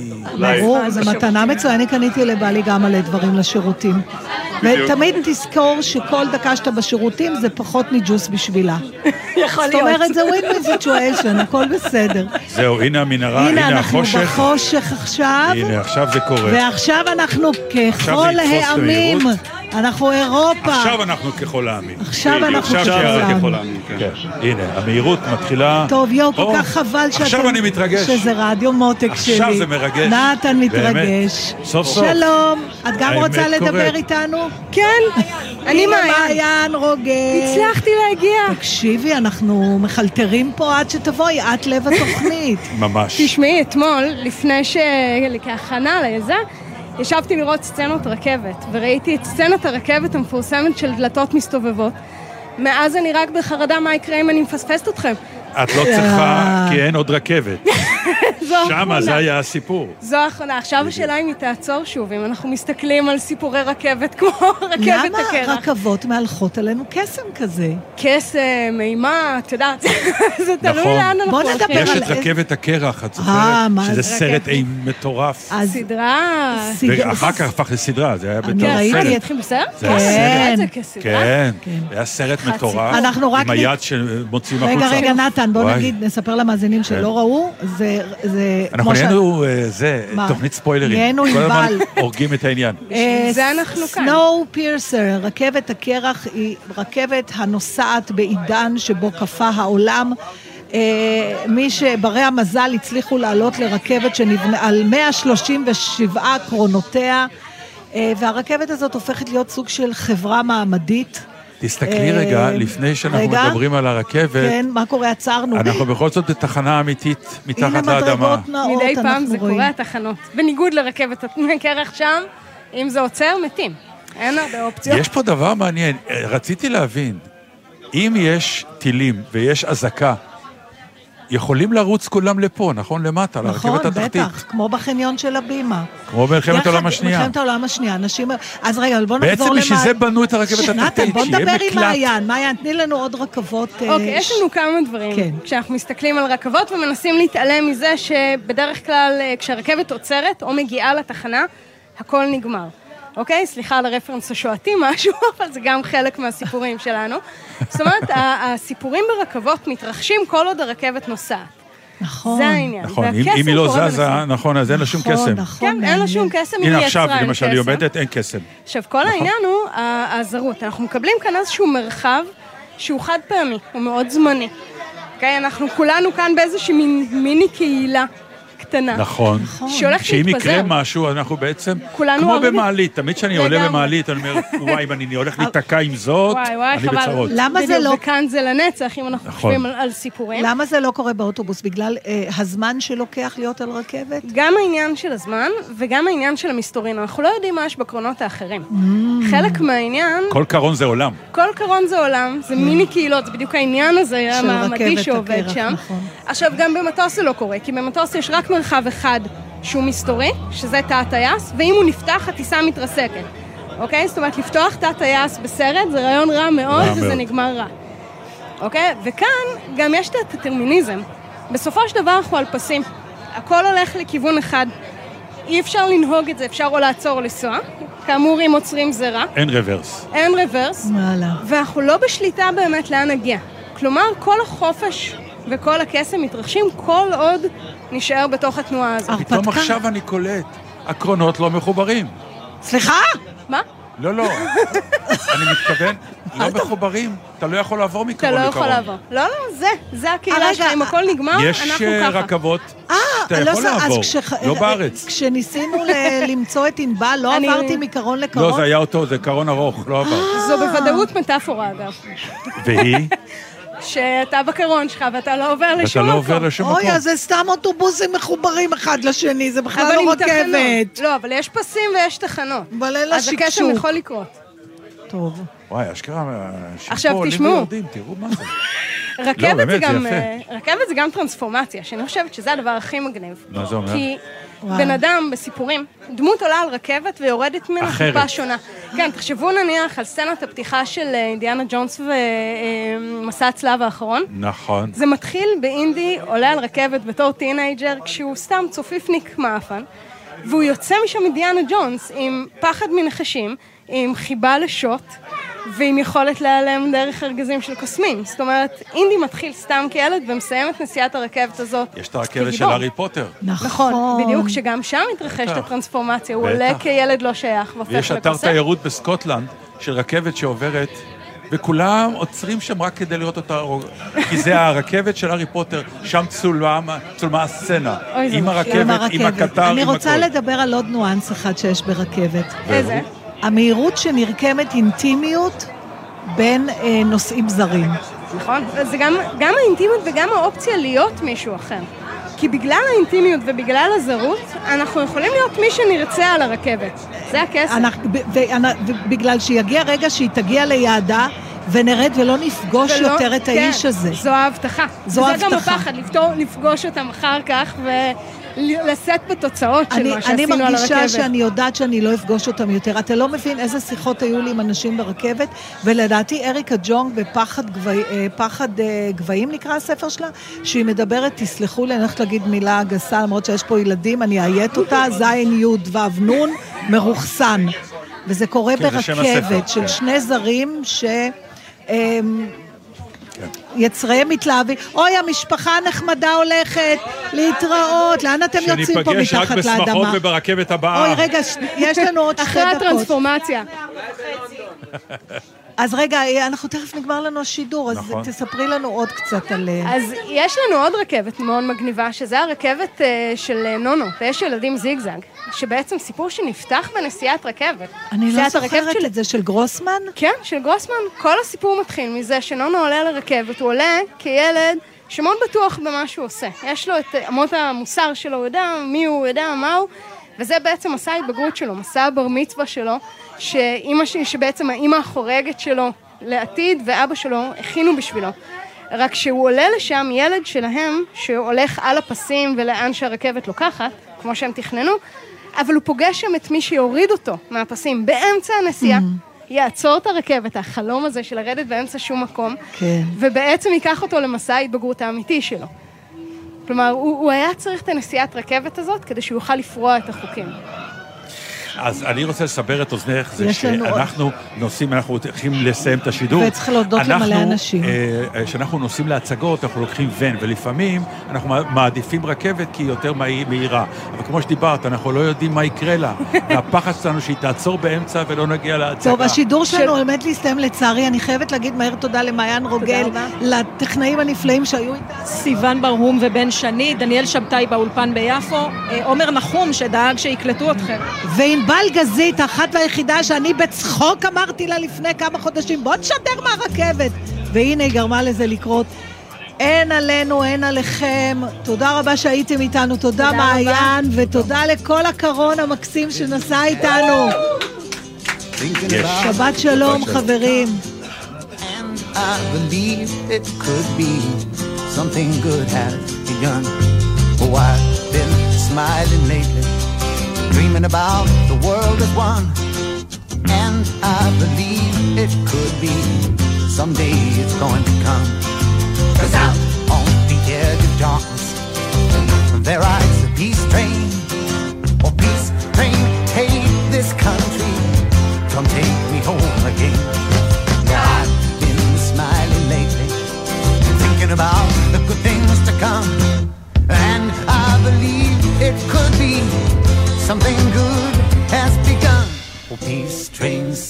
ברור, זו מתנה מצוינת, קניתי לבעלי גם על דברים לשירותים. ותמיד תזכור שכל דקה שאתה בשירותים זה פחות מג'וס בשבילה. יכול להיות. זאת אומרת, זה win-win situation, הכל בסדר. זהו, הנה המנהרה, הנה החושך. הנה, אנחנו בחושך עכשיו. הנה, עכשיו זה קורה. ועכשיו אנחנו ככל העמים. אנחנו אירופה. עכשיו אנחנו ככל העמים. עכשיו אנחנו ככל העמים. הנה, המהירות מתחילה... טוב, יו, כל כך חבל שאתם... עכשיו אני מתרגש. שזה רדיו מותק שלי. עכשיו זה מרגש. נתן מתרגש. סוף סוף. שלום, את גם רוצה לדבר איתנו? כן, אני מעיין רוגל. הצלחתי להגיע. תקשיבי, אנחנו מחלטרים פה עד שתבואי, את לב התוכנית. ממש. תשמעי, אתמול, לפני שכהכנה ליזה, ישבתי לראות סצנות רכבת, וראיתי את סצנת הרכבת המפורסמת של דלתות מסתובבות. מאז אני רק בחרדה מה יקרה אם אני מפספסת אתכם. את לא צריכה, כי אין עוד רכבת. שמה זה היה הסיפור. זו האחרונה. עכשיו השאלה אם היא תעצור שוב, אם אנחנו מסתכלים על סיפורי רכבת כמו רכבת הקרח. למה רכבות מהלכות עלינו קסם כזה? קסם, מימה, את יודעת, זה תלוי לאן אנחנו הולכים. יש את רכבת הקרח, את זוכרת? שזה סרט מטורף. סדרה. ואחר כך הפך לסדרה, זה היה בתור סרט. ראיתי אתכם בסרט? זה היה סרט. כן. כן. זה היה סרט מטורף. עם היד שמוצאים החוצה. רגע, רגע, נתן, בוא נגיד, נספר למאזינים שלא ראו, זה... אנחנו נהיינו, זה, תוכנית ספוילרים. נהיינו עם בל. הורגים את העניין. זה אנחנו כאן. סנואו פירסר, רכבת הקרח היא רכבת הנוסעת בעידן שבו קפה העולם. מי שברי המזל הצליחו לעלות לרכבת שנבנה על מאה שלושים ושבע קרונותיה, והרכבת הזאת הופכת להיות סוג של חברה מעמדית. תסתכלי רגע, לפני שאנחנו מדברים על הרכבת, כן, מה קורה? עצרנו. אנחנו בכל זאת בתחנה אמיתית, מתחת לאדמה. מדי פעם זה קורה התחנות. בניגוד לרכבת הקרח שם, אם זה עוצר, מתים. אין הרבה אופציות. יש פה דבר מעניין. רציתי להבין, אם יש טילים ויש אזעקה, יכולים לרוץ כולם לפה, נכון? למטה, לרכבת התחתית. נכון, בטח, כמו בחניון של הבימה. כמו במלחמת העולם השנייה. מלחמת העולם השנייה, אנשים... אז רגע, בוא נחזור למעיין. בעצם בשביל זה בנו את הרכבת התחתית, בוא נדבר עם מעיין. מעיין, תני לנו עוד רכבות... אוקיי, יש לנו כמה דברים. כשאנחנו מסתכלים על רכבות ומנסים להתעלם מזה שבדרך כלל כשהרכבת עוצרת או מגיעה לתחנה, הכל נגמר. אוקיי? סליחה על הרפרנס השואתי משהו, אבל זה גם חלק מהסיפורים שלנו. זאת אומרת, הסיפורים ברכבות מתרחשים כל עוד הרכבת נוסעת. נכון. זה העניין. נכון, אם היא לא זזה, נכון, אז אין לה שום קסם. כן, אין לה שום קסם, אם היא הנה יצרה עכשיו, למשל, היא עומדת, אין קסם. עכשיו, כל העניין הוא הזרות. אנחנו מקבלים כאן איזשהו מרחב שהוא חד פעמי, הוא מאוד זמני. אוקיי? אנחנו כולנו כאן באיזושהי מיני קהילה. קטנה. נכון. שהולך שאם יקרה משהו, אנחנו בעצם, כמו במעלית, תמיד שאני עולה במעלית, אני אומר, וואי, אם אני הולך להתקע עם זאת, אני בצרות. למה זה לא... וכאן זה לנצח, אם אנחנו חושבים על סיפורים. למה זה לא קורה באוטובוס? בגלל הזמן שלוקח להיות על רכבת? גם העניין של הזמן, וגם העניין של המסתורין. אנחנו לא יודעים מה יש בקרונות האחרים. חלק מהעניין... כל קרון זה עולם. כל קרון זה עולם, זה מיני קהילות, זה בדיוק העניין הזה, המעמדי שעובד שם. עכשיו, גם במטוס זה לא קורה, כי במטוס יש רק מרחב אחד שהוא מסתורי, שזה תא הטייס, ואם הוא נפתח, הטיסה מתרסקת. אוקיי? זאת אומרת, לפתוח תא הטייס בסרט, זה רעיון רע מאוד, וזה נגמר רע. אוקיי? וכאן גם יש את הטרמיניזם. בסופו של דבר אנחנו על פסים. הכל הולך לכיוון אחד. אי אפשר לנהוג את זה, אפשר או לעצור או לנסוע. כאמור, אם עוצרים זה רע. אין רוורס. אין רוורס. ואנחנו לא בשליטה באמת לאן נגיע. כלומר, כל החופש וכל הקסם מתרחשים כל עוד נשאר בתוך התנועה הזאת. פתאום עכשיו אני קולט, הקרונות לא מחוברים. סליחה? מה? לא, לא. אני מתכוון, לא מחוברים. אתה לא יכול לעבור מקרון לקרון. אתה לא יכול לעבור. לא, לא, זה. זה הקהילה שלך. אם הכל נגמר, אנחנו ככה. יש רכבות שאתה יכול לעבור. לא בארץ. כשניסינו למצוא את ענבל, לא עברתי מקרון לקרון. לא, זה היה אותו, זה קרון ארוך, לא עבר. זו בוודאות מטאפורה, אגב. והיא? שאתה בקרון שלך ואתה לא עובר לשום מקום. ואתה לא עובר לשום מקום. אוי, אז זה סתם אוטובוסים מחוברים אחד לשני, זה בכלל לא רכבת. לא, אבל יש פסים ויש תחנות. אבל אין לה שקשוק. אז הקסם יכול לקרות. טוב. וואי, אשכרה, עכשיו תשמעו. תראו מה זה. רכבת זה גם, רכבת זה גם טרנספורמציה, שאני חושבת שזה הדבר הכי מגניב. מה זה אומר? כי בן אדם בסיפורים, דמות עולה על רכבת ויורדת ממנה טיפה שונה. כן, תחשבו נניח על סצנת הפתיחה של אינדיאנה ג'ונס ומסע הצלב האחרון. נכון. זה מתחיל באינדי, עולה על רכבת בתור טינאג'ר, כשהוא סתם צופיפניק מאפן, והוא יוצא משם אינדיאנה ג'ונס עם פחד מנחשים, עם חיבה לשוט, ועם יכולת להיעלם דרך ארגזים של קוסמים. זאת אומרת, אינדי מתחיל סתם כילד ומסיים את נסיעת הרכבת הזאת. יש את הרכבת של הארי פוטר. נכון, בדיוק, שגם שם מתרחשת הטרנספורמציה. הוא עולה כילד לא שייך והופך לקוסם. ויש אתר תיירות בסקוטלנד של רכבת שעוברת, וכולם עוצרים שם רק כדי לראות אותה, כי זה הרכבת של הארי פוטר, שם צולמה, צולמה הסצנה, עם הרכבת, עם הקטר, אני רוצה לדבר על עוד נואנס אחד שיש ברכבת. איזה? המהירות שנרקמת אינטימיות בין אה, נושאים זרים. נכון, זה גם, גם האינטימיות וגם האופציה להיות מישהו אחר. כי בגלל האינטימיות ובגלל הזרות, אנחנו יכולים להיות מי שנרצה על הרכבת. זה הכסף. ובגלל שיגיע רגע שהיא תגיע ליעדה, ונרד ולא נפגוש ולא, יותר את כן, האיש הזה. זו ההבטחה. זו ההבטחה. זה גם הפחד, לפתור, לפגוש אותם אחר כך ולשאת בתוצאות של מה שעשינו על הרכבת. אני מרגישה שאני יודעת שאני לא אפגוש אותם יותר. אתה לא מבין איזה שיחות היו לי עם אנשים ברכבת, ולדעתי אריקה ג'ונג בפחד גבוה, פחד גבוהים נקרא הספר שלה, שהיא מדברת, תסלחו לי, אני הולכת להגיד מילה גסה, למרות שיש פה ילדים, אני אייט אותה, זין יוד ואבנון מרוחסן. וזה קורה כן, ברכבת של שני זרים ש... יצריהם מתלהבים, אוי, המשפחה הנחמדה הולכת להתראות, לאן אתם יוצאים פה מתחת לאדמה? שניפגש רק בשמחות וברכבת הבאה. אוי, רגע, יש לנו עוד שתי דקות. אחרי הטרנספורמציה. אז רגע, אנחנו תכף נגמר לנו השידור, אז נכון. תספרי לנו עוד קצת על... אז יש לנו עוד רכבת מאוד מגניבה, שזה הרכבת של נונו, ויש ילדים זיגזג, שבעצם סיפור שנפתח בנסיעת רכבת. אני לא זוכרת של... את זה, של גרוסמן? כן, של גרוסמן. כל הסיפור מתחיל מזה שנונו עולה לרכבת, הוא עולה כילד שמאוד בטוח במה שהוא עושה. יש לו את אמות המוסר שלו, הוא יודע מי הוא, הוא יודע מה הוא, וזה בעצם מסע ההתבגרות שלו, מסע הבר מצווה שלו, שאמא שלי, שבעצם האמא החורגת שלו לעתיד, ואבא שלו הכינו בשבילו. רק שהוא עולה לשם ילד שלהם, שהולך על הפסים ולאן שהרכבת לוקחת, כמו שהם תכננו, אבל הוא פוגש שם את מי שיוריד אותו מהפסים באמצע הנסיעה, mm-hmm. יעצור את הרכבת, החלום הזה של לרדת באמצע שום מקום, כן. ובעצם ייקח אותו למסע ההתבגרות האמיתי שלו. כלומר, הוא, הוא היה צריך את הנסיעת רכבת הזאת, כדי שהוא יוכל לפרוע את החוקים. אז אני רוצה לסבר את אוזנך, זה שאנחנו עוד... נוסעים, אנחנו צריכים לסיים את השידור. וצריך להודות למלא אנשים. כשאנחנו נוסעים להצגות, אנחנו לוקחים ון, ולפעמים אנחנו מעדיפים רכבת כי היא יותר מהירה. אבל כמו שדיברת, אנחנו לא יודעים מה יקרה לה. והפחד שלנו שהיא תעצור באמצע ולא נגיע להצגה. טוב, השידור שלנו עומד להסתיים לצערי. אני חייבת להגיד מהר תודה למעיין רוגל, לטכנאים הנפלאים שהיו איתה. סיוון ברהום ובן שני, דניאל שבתאי באולפן ביפו, עומר נחום שדאג שיקלטו אתכם. וענבל גזית, אחת והיחידה שאני בצחוק אמרתי לה לפני כמה חודשים, בוא תשדר מהרכבת. והנה היא גרמה לזה לקרות. אין עלינו, אין עליכם. תודה רבה שהייתם איתנו, תודה, תודה מעיין, רבה. ותודה לכל הקרון המקסים שנסע איתנו. שבת שלום, חברים. And I believe it could be something good has begun. Oh, I've been smiling lately, dreaming about the world as one. And I believe it could be someday it's going to come. 'Cause out on the edge of darkness there rides a peace train. Oh, peace train, take this country, come take me home again. I've been smiling lately, thinking about the good things to come. And I believe it could be something good has begun. Oh, peace trains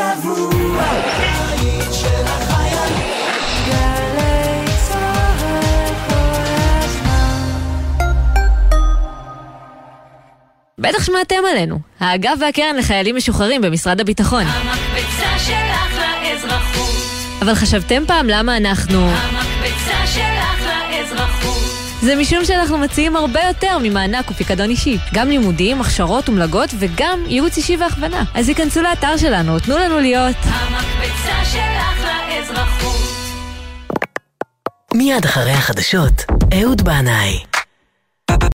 השבוע. הבית של החיילים. גלי צהל כל הזמן. בטח שמעתם עלינו. האגף והקרן לחיילים משוחררים במשרד הביטחון. המקבצה שלך לאזרחות. אבל חשבתם פעם למה אנחנו... המקבצה שלך לאזרחות. זה משום שאנחנו מציעים הרבה יותר ממענק ופיקדון אישי. גם לימודים, הכשרות ומלגות וגם ייעוץ אישי והכוונה. אז ייכנסו לאתר שלנו, תנו לנו להיות... המקבצה שלך לאזרחות. מיד אחרי החדשות, אהוד בנאי.